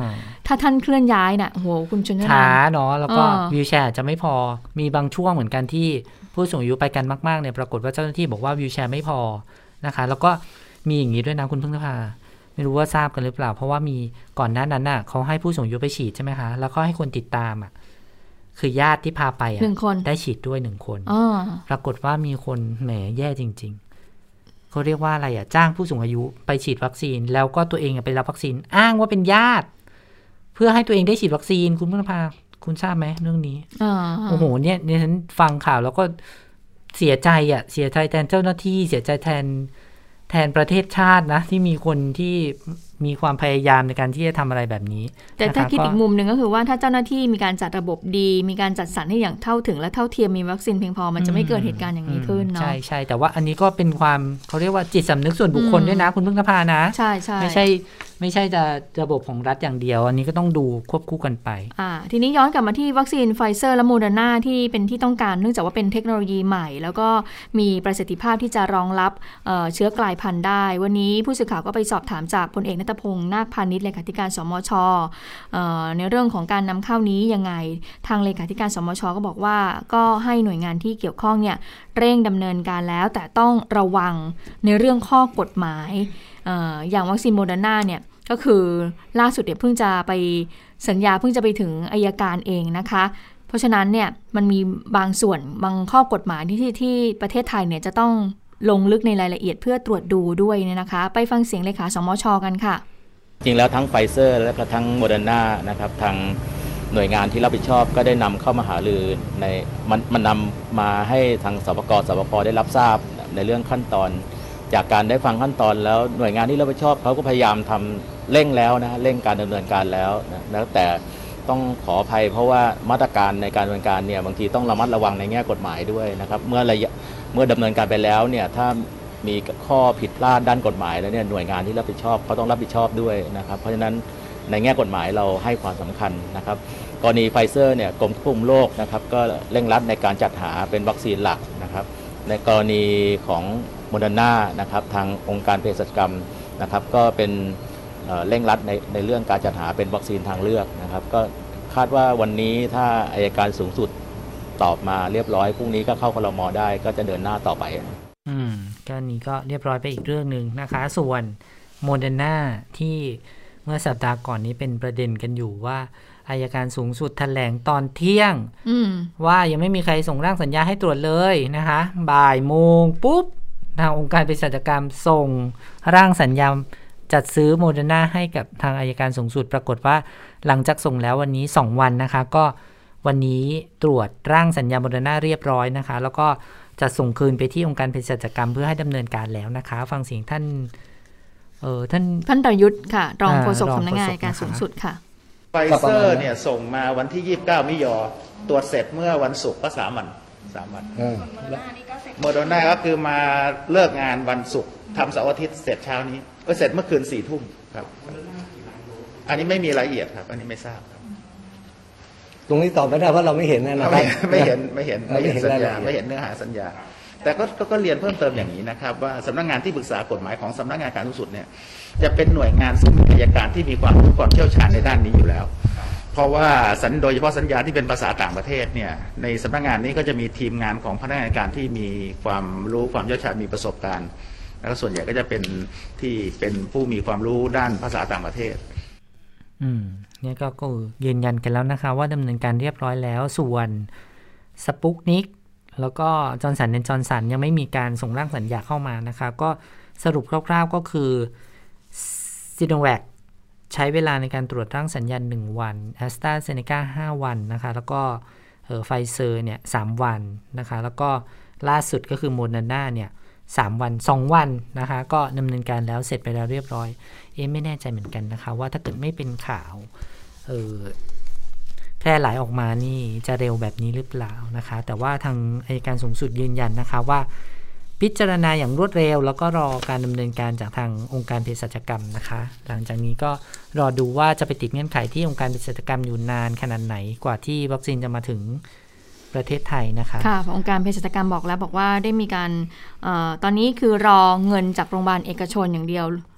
ถ้าท่านเคลื่อนย้ายน่ะโหคุณชนชนานช้าเนาะแล้วก็วีลแชร์จะไม่พอมีบางช่วงเหมือนกันที่ผู้สูงอายุไปกันมากๆเนี่ยปรากฏว่าเจ้าหน้าที่บอกว่าวีลแชร์ไม่พอนะคะแล้วก็มีอย่างนี้ด้วยนะคุณพึ่งนภาไม่รู้ว่าทราบกันหรือเปล่าเพราะว่ามีก่อนหน้านั้นน่ะเขาให้ผู้สูงอายุไปฉีดใช่ไหมคะแล้วก็ให้คนติดตามอ่ะคือญาติที่พาไปอ่ะได้ฉีดด้วยหนึ่งคนปรากฏว่ามีคนแหมแย่จริงๆเขาเรียกว่าอะไรอ่ะจ้างผู้สูงอายุไปฉีดวัคซีนแล้วก็ตัวเองไปรับวัคซีนอ้างว่าเป็นญาติเพื่อให้ตัวเองได้ฉีดวัคซีนคุณพึ่งนภาคุณทราบไหมเรื่องนี้โอ้โหเนี่ยเนี่ยฉันฟังข่าวแล้วก็เสียใจอ่ะเสียใจแทนเจ้าหน้าที่เสียใจแทนแทนประเทศชาตินะที่มีคนที่มีความพยายามในการที่จะทำอะไรแบบนี้แต่ถ้าคิดอีกมุมหนึ่งก็คือว่าถ้าเจ้าหน้าที่มีการจัดระบบดีมีการจัดสรรให้อย่างเท่าถึงและเท่าเทียมมีวัคซีนเพียงพอมันจะไม่เกิดเหตุการณ์อย่างนี้ขึ้นเนาะใช่ใช่แต่ว่าอันนี้ก็เป็นความเขาเรียกว่าจิตสำนึกส่วนบุคคลด้วยนะคุณพึ่งนภานะใช่ใช่ไม่ใช่ไม่ใช่จะระบบของรัฐอย่างเดียวอันนี้ก็ต้องดูควบคู่กันไปอ่าทีนี้ย้อนกลับมาที่วัคซีนไฟเซอร์และโมเดอร์นาที่เป็นที่ต้องการเนื่องจากว่าเป็นเทคโนโลยีใหม่แล้วก็มีประสิทธิภาพที่จะรองรับ เอ่อ เชื้อกลายพันธุ์ได้วันนี้ผู้สื่อข่าวก็ไปสอบถามจากพลเอกณัฐพงษ์นาคพานิชเลขาธิการสมช.ในเรื่องของการนำเข้านี้ยังไงทางเลขาธิการสมช.ก็บอกว่าก็ให้หน่วยงานที่เกี่ยวข้องเนี่ยเร่งดำเนินการแล้วแต่ต้องระวังในเรื่องข้อกฎหมาย เอ่อ อย่างวัคซีนโมเดอร์นาเนี่ยก็คือล่าสุดเนี่ยเพิ่งจะไปสัญญาเพิ่งจะไปถึงอัยการเองนะคะเพราะฉะนั้นเนี่ยมันมีบางส่วนบางข้อกฎหมายที่ที่ที่ประเทศไทยเนี่ยจะต้องลงลึกในรายละเอียดเพื่อตรวจดูด้วยเนี่ยนะคะไปฟังเสียงเลขาสมช.กันค่ะจริงแล้วทั้งไฟเซอร์และก็ทั้งโมเดอร์นานะครับทางหน่วยงานที่รับผิดชอบก็ได้นำเข้ามาหารือในมันมันนำมาให้ทางสปก.สปก.ได้รับทราบในเรื่องขั้นตอนจากการได้ฟังขั้นตอนแล้วหน่วยงานที่รับผิดชอบเขาก็พยายามทำเร่งแล้วนะเร่งการดำเนินการแล้วนะแล้วแต่ต้องขออภัยเพราะว่ามาตรการในการดำเนินการเนี่ยบางทีต้องระมัดระวังในแง่กฎหมายด้วยนะครับเมื่อระยะเมื่อดำเนินการไปแล้วเนี่ยถ้ามีข้อผิดพลาดด้านกฎหมายแล้วเนี่ยหน่วยงานที่รับผิดชอบเขาต้องรับผิดชอบด้วยนะครับเพราะฉะนั้นในแง่กฎหมายเราให้ความสำคัญนะครับกรณีไฟเซอร์เนี่ยกรมควบคุมโรคนะครับก็เร่งรัดในการจัดหาเป็นวัคซีนหลักนะครับในกรณีของโมเดอร์นานะครับทางองค์การเภสัชกรรมนะครับก็เป็นเร่งรัดในในเรื่องการจัดหาเป็นวัคซีนทางเลือกนะครับก็คาดว่าวันนี้ถ้าอัยการสูงสุดตอบมาเรียบร้อยพรุ่งนี้ก็เข้าครม.ได้ก็จะเดินหน้าต่อไปอืมก็นี้ก็เรียบร้อยไปอีกเรื่องนึงนะคะส่วนโมเดอร์นาที่เมื่อสัปดาห์ก่อนนี้เป็นประเด็นกันอยู่ว่าอัยการสูงสุดแถลงตอนเที่ยงว่ายังไม่มีใครส่งร่างสัญญาให้ตรวจเลยนะคะบ่ายโมงปุ๊บทางองค์การเภสัชกรรมส่งร่างสัญญาจัดซื้อโมเดอร์นาให้กับทางอัยการสูงสุดปรากฏว่าหลังจากส่งแล้ววันนี้สองวันนะคะก็วันนี้ตรวจร่างสัญญาโมเดอร์นาเรียบร้อยนะคะแล้วก็จะส่งคืนไปที่องค์การเภสัชกรรมเพื่อให้ดำเนินการแล้วนะคะฟังเสียงท่านเออท่านท่านประยุทธ์ค่ะรองโฆษกสำนักงานอัยการสูงสุดค่ะไฟเซอร์เนี่ยส่งมาวันที่ยี่สิบเก้ามิถุนายนตรวจเสร็จเมื่อวันศุกร์ก็สามวันสามวันโมเดอร์นาก็คือมาเลิกงานวันศุกร์ทำเสาร์อาทิตย์เสร็จเช้านี้ก็เสร็จเมื่อคืนสี่ทุ่มครับอันนี้ไม่มีรายละเอียดครับอันนี้ไม่ทราบครับตรงนี้ตอบไม่ได้เพราะเราไม่เห็นนะครับไม่เห็นไม่เห็นไม่เห็นสัญญาไม่เห็นเนื้อหาสัญญาแต่ก็ก็เรียนเพิ่มเติมอย่างนี้นะครับว่าสำนักงานที่ปรึกษากฎหมายของสำนักงานการสูงสุดเนี่ยจะเป็นหน่วยงานซึ่งมีอัยการที่มีความรู้ความเชี่ยวชาญในด้านนี้อยู่แล้วเพราะว่าสัญโดยเฉพาะสัญญาที่เป็นภาษาต่างประเทศเนี่ยในสำนักงานนี้ก็จะมีทีมงานของพนักงานอัยการที่มีความรู้ความเชี่ยวชาญมีประสบการณ์แล้วส่วนใหญ่ก็จะเป็นที่เป็นผู้มีความรู้ด้านภาษาต่างประเทศอืมเนี่ยก็ก็ยืนยันกันแล้วนะคะว่าดำเนินการเรียบร้อยแล้วส่วนสปุกนิกแล้วก็จอร์นสันแอนด์จอร์นสันยังไม่มีการส่งร่างสัญญาเข้ามานะคะก็สรุปคร่าวๆก็คือซิโนแวคใช้เวลาในการตรวจร่างสัญญาหนึ่งวันแอสตราเซเนกาห้าวันนะคะแล้วก็เอ่อไฟเซอร์เนี่ยสามวันนะคะแล้วก็ล่าสุดก็คือโมเดอร์นาเนี่ยสามวันสองวันนะคะก็ดำเนินการแล้วเสร็จไปแล้วเรียบร้อยเอ๊ะไม่แน่ใจเหมือนกันนะคะว่าถ้าเกิดไม่เป็นข่าวเออแพร่หลายออกมานี่จะเร็วแบบนี้หรือเปล่านะคะแต่ว่าทางอัยการสูงสุดยืนยันนะคะว่าพิจารณาอย่างรวดเร็วแล้วก็รอการดำเนินการจากทางองค์การเภสัชกรรมนะคะหลังจากนี้ก็รอดูว่าจะไปติดเงื่อนไขที่องค์การเภสัชกรรมอยู่นานขนาดไหนกว่าที่วัคซีนจะมาถึงประเทศไทยนะคะค่ะองค์การเภสัชกรรมบอกแล้วบอกว่าได้มีการเอ่อตอนนี้คือรอเงินจากโรงพยาบาลเอกชนอย่างเดียว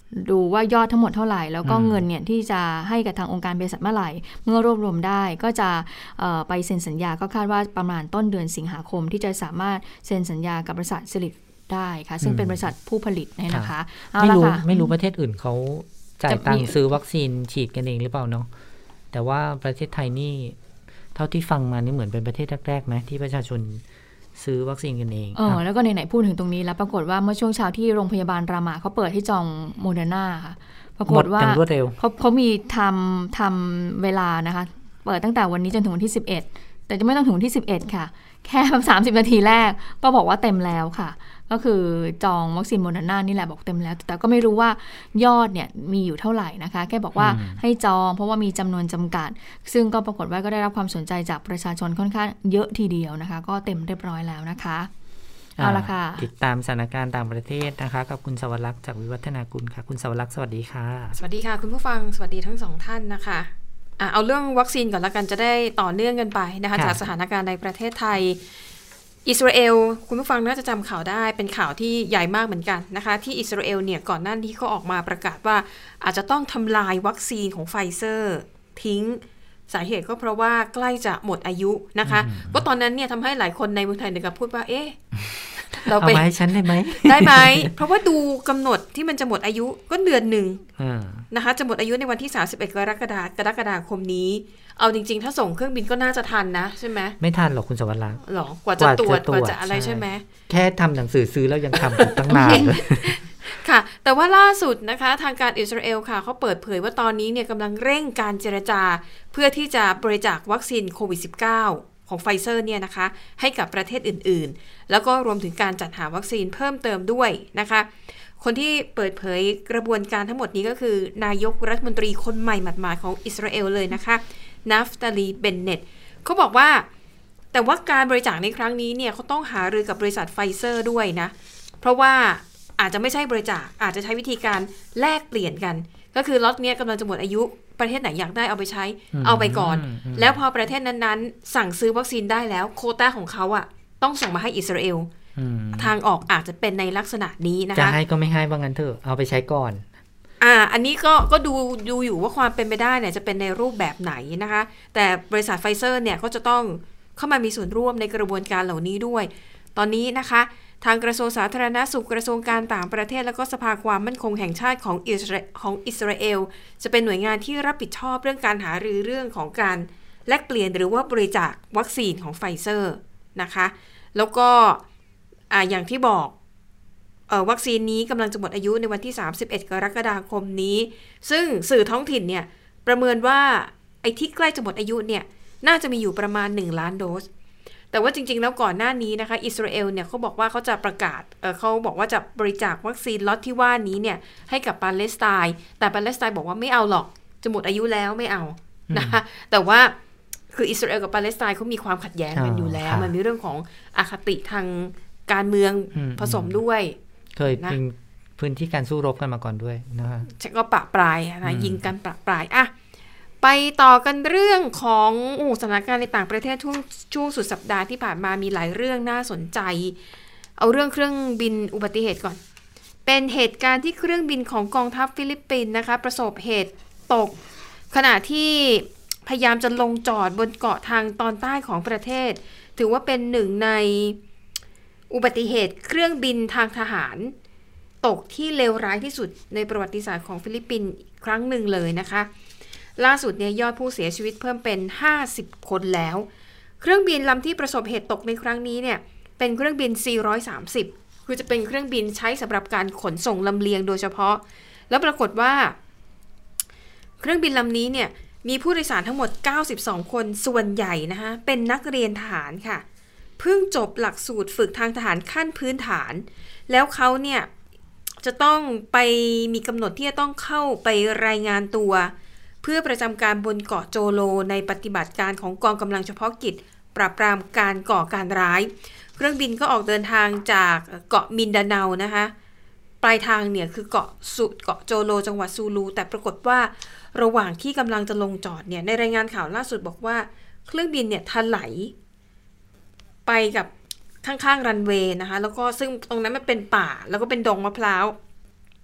ดูว่ายอดทั้งหมดเท่าไหร่แล้วก็เงินเนี่ยที่จะให้กับทางองค์การเภสัชเมื่อไหร่เมื่อรวบรวมได้ก็จะไปเซ็นสัญญาก็คาดว่าประมาณต้นเดือนสิงหาคมที่จะสามารถเซ็นสัญญากับบริษัทซิลิคได้ค่ะซึ่งเป็นบริษัทผู้ผลิตเนี่ยนะคะไม่รู้ไม่รู้ประเทศอื่นเขาจ่ายตังค์ซื้อวัคซีนฉีดกันเองหรือเปล่าเนาะแต่ว่าประเทศไทยนี่เท่าที่ฟังมานี่เหมือนเป็นประเทศแรกๆไหมที่ประชาชนซื้อวัคซีนกันเองอ๋อแล้วก็ไหนๆพูดถึงตรงนี้แล้วปรากฏว่าเมื่อช่วงเช้าที่โรงพยาบาลรามาเขาเปิดให้จองโมเดอร์นาค่ะปรากฏว่าเขาเขามีทำทำเวลานะคะเปิดตั้งแต่วันนี้จนถึงวันที่สิบเอ็ดแต่จะไม่ต้องถึงวันที่สิบเอ็ดค่ะแค่สามสิบนาทีแรกก็บอกว่าเต็มแล้วค่ะก็คือจองวัคซีนโมเดอร์นานี่แหละบอกเต็มแล้วแต่ก็ไม่รู้ว่ายอดเนี่ยมีอยู่เท่าไหร่นะคะแค่บอกว่าให้จองเพราะว่ามีจำนวนจำกัดซึ่งก็ปรากฏว่าก็ได้รับความสนใจจากประชาชนค่อนข้างเยอะทีเดียวนะคะก็เต็มเรียบร้อยแล้วนะคะเอาละค่ะติดตามสถานการณ์ต่างประเทศนะคะกับคุณสวรักษ์จากวิวัฒนากุลค่ะคุณสวรักษ์สวัสดีค่ะสวัสดีค่ะคุณผู้ฟังสวัสดีทั้งสองท่านนะคะอ่ะเอาเรื่องวัคซีนก่อนละกันจะได้ต่อเนื่องกันไปนะคะจากสถานการณ์ในประเทศไทยอิสราเอลคุณผู้ฟังน่าจะจำข่าวได้เป็นข่าวที่ใหญ่มากเหมือนกันนะคะที่อิสราเอลเนี่ยก่อนหน้านี้เขาออกมาประกาศว่าอาจจะต้องทำลายวัคซีนของไฟเซอร์ทิ้งสาเหตุก็เพราะว่าใกล้จะหมดอายุนะคะก็ตอนนั้นเนี่ยทำให้หลายคนในเมืองไทยเนี่ยก็พูดว่าเอ๊ะเราไปให้ฉันได้ไหมได้ไหมเพราะว่าดูกำหนดที่มันจะหมดอายุก็เดือนหนึ่งนะคะจะหมดอายุในวันที่สามสิบเอ็ดกรกฎาคมกรกฎาคมนี้เอาจริงๆถ้าส่งเครื่องบินก็น่าจะทันนะใช่ไหมไม่ทันหรอกคุณสวรรค์หรอกว่าจะตรวจกว่าจะอะไรใช่ไหมแค่ทำหนังสือซื้อแล้วยังทำตั้งนานเลยค่ะแต่ว่าล่าสุดนะคะทางการอิสราเอลค่ะเขาเปิดเผยว่าตอนนี้เนี่ยกำลังเร่งการเจรจาเพื่อที่จะบริจาควัคซีนโควิด สิบเก้า ของไฟเซอร์เนี่ยนะคะให้กับประเทศอื่นๆแล้วก็รวมถึงการจัดหาวัคซีนเพิ่มเติมด้วยนะคะคนที่เปิดเผยกระบวนการทั้งหมดนี้ก็คือนายกรัฐมนตรีคนใหม่หมาดๆของอิสราเอลเลยนะคะนัฟตาลีเบนเน็ตเขาบอกว่าแต่ว่าการบริจาคในครั้งนี้เนี่ยเขาต้องหารือกับบริษัทไฟเซอร์ด้วยนะเพราะว่าอาจจะไม่ใช่บริจาคอาจจะใช้วิธีการแลกเปลี่ยนกันก็คือล็อตเนี้ยกำลังจะหมดอายุประเทศไหนอยากได้เอาไปใช้เอาไปก่อนแล้วพอประเทศนั้นๆสั่งซื้อวัคซีนได้แล้วโควต้าของเขาอ่ะต้องส่งมาให้อิสราเอลทางออกอาจจะเป็นในลักษณะนี้นะคะจะให้ก็ไม่ให้ว่างั้นเถอะเอาไปใช้ก่อนอ่าอันนี้ก็ก็ดูดูอยู่ว่าความเป็นไปได้เนี่ยจะเป็นในรูปแบบไหนนะคะแต่บริษัทไฟเซอร์เนี่ยก็จะต้องเข้ามามีส่วนร่วมในกระบวนการเหล่านี้ด้วยตอนนี้นะคะทางกระทรวงสาธารณสุขกระทรวงการต่างประเทศและก็สภาความมั่นคงแห่งชาติของอิสราของอิสราเอลจะเป็นหน่วยงานที่รับผิดชอบเรื่องการหารือเรื่องของการแลกเปลี่ยนหรือว่าบริจาควัคซีนของไฟเซอร์นะคะแล้วก็อ่าอย่างที่บอกเอ่อวัคซีนนี้กำลังจะหมดอายุในวันที่สามสิบเอ็ดกรกฎาคมนี้ซึ่งสื่อท้องถิ่นเนี่ยประเมินว่าไอ้ที่ใกล้จะหมดอายุเนี่ยน่าจะมีอยู่ประมาณหนึ่งล้านโดสแต่ว่าจริงๆแล้วก่อนหน้านี้นะคะอิสราเอลเนี่ยเขาบอกว่าเขาจะประกาศเอ่อเขาบอกว่าจะบริจาควัคซีนล็อตที่ว่านี้เนี่ยให้กับปาเลสไตน์แต่ปาเลสไตน์บอกว่าไม่เอาหรอกจะหมดอายุแล้วไม่เอานะคะแต่ว่าคืออิสราเอลกับปาเลสไตน์เขามีความขัดแย้งกันอยู่แล้วมันมีเรื่องของอคติทางการเมืองผสมด้วยเคยเป็นพื้นที่การสู้รบกันมาก่อนด้วยนะคะก็ปะปลายนะยิงกันปะปลายอ่ะไปต่อกันเรื่องของอู้สถานการณ์ในต่างประเทศช่วงช่วงสุดสัปดาห์ที่ผ่านมามีหลายเรื่องน่าสนใจเอาเรื่องเครื่องบินอุบัติเหตุก่อนเป็นเหตุการณ์ที่เครื่องบินของกองทัพฟิลิปปินส์นะคะประสบเหตุตกขณะที่พยายามจะลงจอดบนเกาะทางตอนใต้ของประเทศถือว่าเป็นหนึ่งในอุบัติเหตุเครื่องบินทางทหารตกที่เลวร้ายที่สุดในประวัติศาสตร์ของฟิลิปปินส์ครั้งหนึ่งเลยนะคะล่าสุดเนี่ยยอดผู้เสียชีวิตเพิ่มเป็นห้าสิบคนแล้วเครื่องบินลำที่ประสบเหตุตกในครั้งนี้เนี่ยเป็นเครื่องบิน สี่ร้อยสามสิบ คือจะเป็นเครื่องบินใช้สำหรับการขนส่งลำเลียงโดยเฉพาะแล้วปรากฏว่าเครื่องบินลำนี้เนี่ยมีผู้โดยสารทั้งหมดเก้าสิบสองคนส่วนใหญ่นะคะเป็นนักเรียนทหารค่ะเพิ่งจบหลักสูตรฝึกทางทหารขั้นพื้นฐานแล้วเขาเนี่ยจะต้องไปมีกำหนดที่จะต้องเข้าไปรายงานตัวเพื่อประจำการบนเกาะโจโลในปฏิบัติการของกองกำลังเฉพาะกิจปราบปรามการก่อการร้ายเครื่องบินก็ออกเดินทางจากเกาะมินดาเนานะคะปลายทางเนี่ยคือเกาะสุเกาะโจโลจังหวัดซูลูแต่ปรากฏว่าระหว่างที่กำลังจะลงจอดเนี่ยในรายงานข่าวล่าสุดบอกว่าเครื่องบินเนี่ยถลายไปกับข้างๆรันเวย์นะคะแล้วก็ซึ่งตรงนั้นมันเป็นป่าแล้วก็เป็นดงมะพร้าว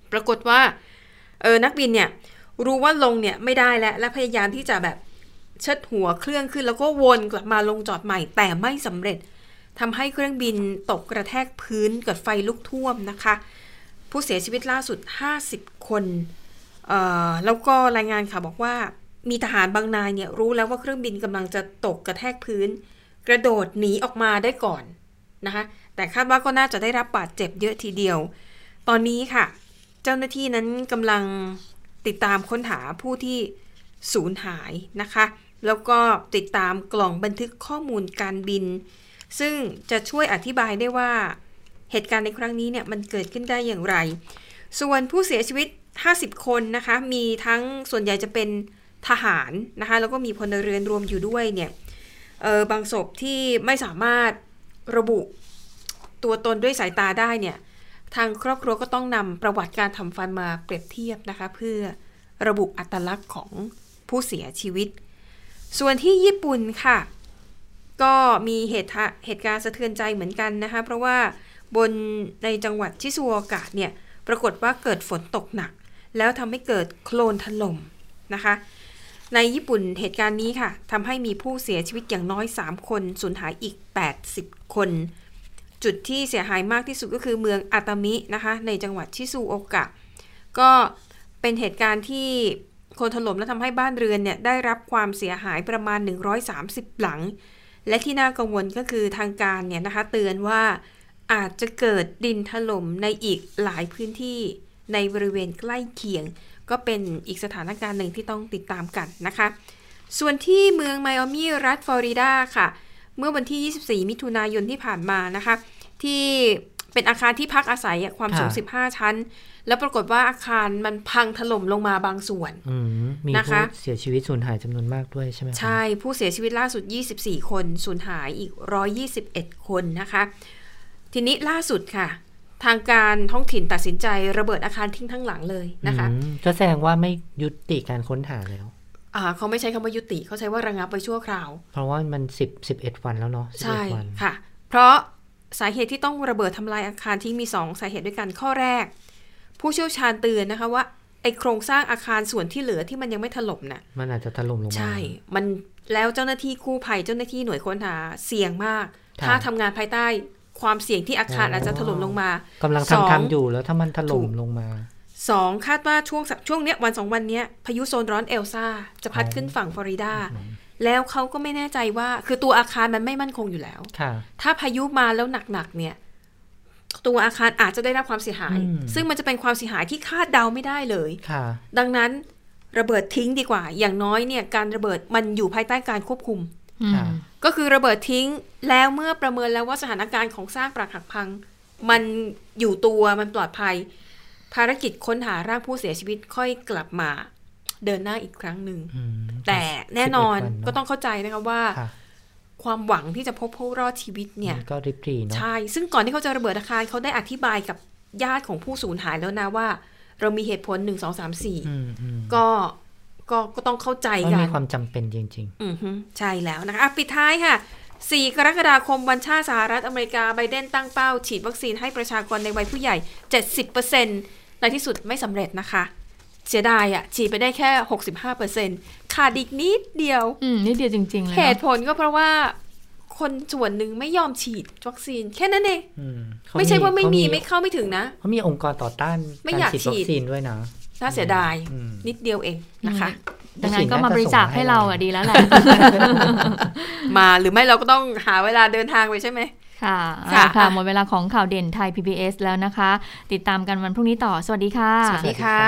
ปรากฏว่าเออนักบินเนี่ยรู้ว่าลงเนี่ยไม่ได้แล้วและพยายามที่จะแบบเชิดหัวเครื่องขึ้นแล้วก็วนกลับมาลงจอดใหม่แต่ไม่สำเร็จทำให้เครื่องบินตกกระแทกพื้นเกิดไฟลุกท่วมนะคะผู้เสียชีวิตล่าสุดห้าสิบคนเอ่อแล้วก็รายงานข่าวบอกว่ามีทหารบางนายเนี่ยรู้แล้วว่าเครื่องบินกำลังจะตกกระแทกพื้นกระโดดหนีออกมาได้ก่อนนะคะแต่คาดว่าก็น่าจะได้รับบาดเจ็บเยอะทีเดียวตอนนี้ค่ะเจ้าหน้าที่นั้นกำลังติดตามค้นหาผู้ที่สูญหายนะคะแล้วก็ติดตามกล่องบันทึกข้อมูลการบินซึ่งจะช่วยอธิบายได้ว่าเหตุการณ์ในครั้งนี้เนี่ยมันเกิดขึ้นได้อย่างไรส่วนผู้เสียชีวิตห้าสิบคนนะคะมีทั้งส่วนใหญ่จะเป็นทหารนะคะแล้วก็มีพลเรือนรวมอยู่ด้วยเนี่ยเออบางศพที่ไม่สามารถระบุตัวตนด้วยสายตาได้เนี่ยทางครอบครัวก็ต้องนำประวัติการทำฟันมาเปรียบเทียบนะคะเพื่อระบุอัตลักษณ์ของผู้เสียชีวิตส่วนที่ญี่ปุ่นค่ะก็มีเหตุเหตุการณ์สะเทือนใจเหมือนกันนะคะเพราะว่าบนในจังหวัดชิซูโอกะเนี่ยปรากฏว่าเกิดฝนตกหนักแล้วทำให้เกิดโคลนถล่มนะคะในญี่ปุ่นเหตุการณ์นี้ค่ะทำให้มีผู้เสียชีวิตอย่างน้อยสามคนสูญหายอีกแปดสิบคนจุดที่เสียหายมากที่สุดก็คือเมืองอาตามินะคะในจังหวัดชิซูโอกะก็เป็นเหตุการณ์ที่โคลนถล่มและทำให้บ้านเรือนเนี่ยได้รับความเสียหายประมาณหนึ่งร้อยสามสิบหลังและที่น่ากังวลก็คือทางการเนี่ยนะคะเตือนว่าอาจจะเกิดดินถล่มในอีกหลายพื้นที่ในบริเวณใกล้เคียงก็เป็นอีกสถานการณ์หนึ่งที่ต้องติดตามกันนะคะส่วนที่เมืองไมอามี่รัฐฟลอริดาค่ะเมื่อวันที่ยี่สิบสี่มิถุนายนที่ผ่านมานะคะที่เป็นอาคารที่พักอาศัยความสูงสิบห้าชั้นแล้วปรากฏว่าอาคารมันพังถล่มลงมาบางส่วนมีผู้เสียชีวิตสูญหายจำนวนมากด้วยใช่ไหมใช่ผู้เสียชีวิตล่าสุดยี่สิบสี่คนสูญหายอีกหนึ่งร้อยยี่สิบเอ็ดคนนะคะทีนี้ล่าสุดค่ะทางการท้องถิ่นตัดสินใจระเบิดอาคารทิ้งทั้งหลังเลยนะคะก็แสดงว่าไม่ยุติการค้นหาแล้วอ่าเขาไม่ใช้คำว่ายุติเขาใช้ว่าระงับไปชั่วคราวเพราะว่ามันสิบ สิบเอ็ดวันแล้วเนาะใช่ค่ะเพราะสาเหตุที่ต้องระเบิดทำลายอาคารทิ้งมีสองสาเหตุด้วยกันข้อแรกผู้เชี่ยวชาญเตือนนะคะว่าไอโครงสร้างอาคารส่วนที่เหลือที่มันยังไม่ถล่มน่ะมันอาจจะถล่มลงมาใช่มันแล้วเจ้าหน้าที่กู้ภัยเจ้าหน้าที่หน่วยค้นหาเสี่ยงมากถ้าทำงานภายใต้ความเสี่ยงที่อาคารอาจจะถล่มลงมากำลังทำทำอยู่แล้วถ้ามันถล่มลงมาสองคาดว่าช่วงช่วงเนี้ยวันสองวันเนี้ยพายุโซนร้อนเอลซ่าจะพัดขึ้นฝั่งฟลอริดาแล้วเขาก็ไม่แน่ใจว่าคือตัวอาคารมันไม่มั่นคงอยู่แล้วถ้าพายุมาแล้วหนักๆเนี่ยตัวอาคารอาจจะได้รับความเสียหายซึ่งมันจะเป็นความเสียหายที่คาดเดาไม่ได้เลยดังนั้นระเบิดทิ้งดีกว่าอย่างน้อยเนี่ยการระเบิดมันอยู่ภายใต้การควบคุมก็คือระเบิดทิ้งแล้วเมื่อประเมินแล้วว่าสถานการณ์ของซากปรักหักพังมันอยู่ตัวมันปลอดภัยภารกิจค้นหาร่างผู้เสียชีวิตค่อยกลับมาเดินหน้าอีกครั้งหนึ่งแต่แน่นอนก็ต้องเข้าใจนะคะว่าความหวังที่จะพบผู้รอดชีวิตเนี่ยก็ริบหรี่เนาะใช่ซึ่งก่อนที่เขาจะระเบิดอาคารเขาได้อธิบายกับญาติของผู้สูญหายแล้วนะว่าเรามีเหตุผลหนึ่ง สอง สาม สี่ก็ก็ก็ต้องเข้าใจกันมีความจำเป็นจริงๆอือฮึใช่แล้วนะคะปิดท้ายค่ะสี่กรกฎาคมวันชาติสหรัฐอเมริกาไบเดนตั้งเป้าฉีดวัคซีนให้ประชากรในวัยผู้ใหญ่ เจ็ดสิบเปอร์เซ็นต์ ในที่สุดไม่สำเร็จนะคะเสียดายอ่ะฉีดไปได้แค่ หกสิบห้าเปอร์เซ็นต์ ขาดอีกนิดเดียวอืมนิดเดียวจริงๆเลยเหตุผลก็เพราะว่าคนส่วนหนึ่งไม่ยอมฉีดวัคซีนแค่นั้นเองไม่ใช่ว่าไม่มีไม่เข้าไม่ถึงนะเขามีองค์กรต่อต้านการฉีดวัคซีนด้วยนะน่าเสียดายนิดเดียวเองนะคะดังนั้นก็มาบริจาคให้เราอ่ะดีแล้วแหละมาหรือไม่เราก็ต้องหาเวลาเดินทางไปใช่ไหมค่ะค่ะค่ะหมดเวลาของข่าวเด่นไทย พี บี เอส แล้วนะคะติดตามกันวันพรุ่งนี้ต่อสวัสดีค่ะสวัสดีค่ะ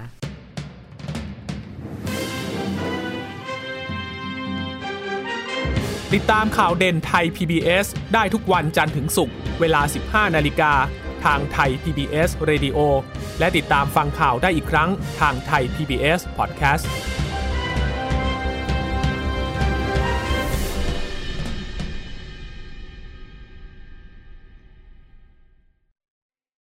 ติดตามข่าวเด่นไทย พี บี เอส ได้ทุกวันจันทร์ถึงศุกร์เวลา สิบห้านาฬิกาทางไทย พี บี เอส Radio และติดตามฟังข่าวได้อีกครั้งทางไทย พี บี เอส Podcast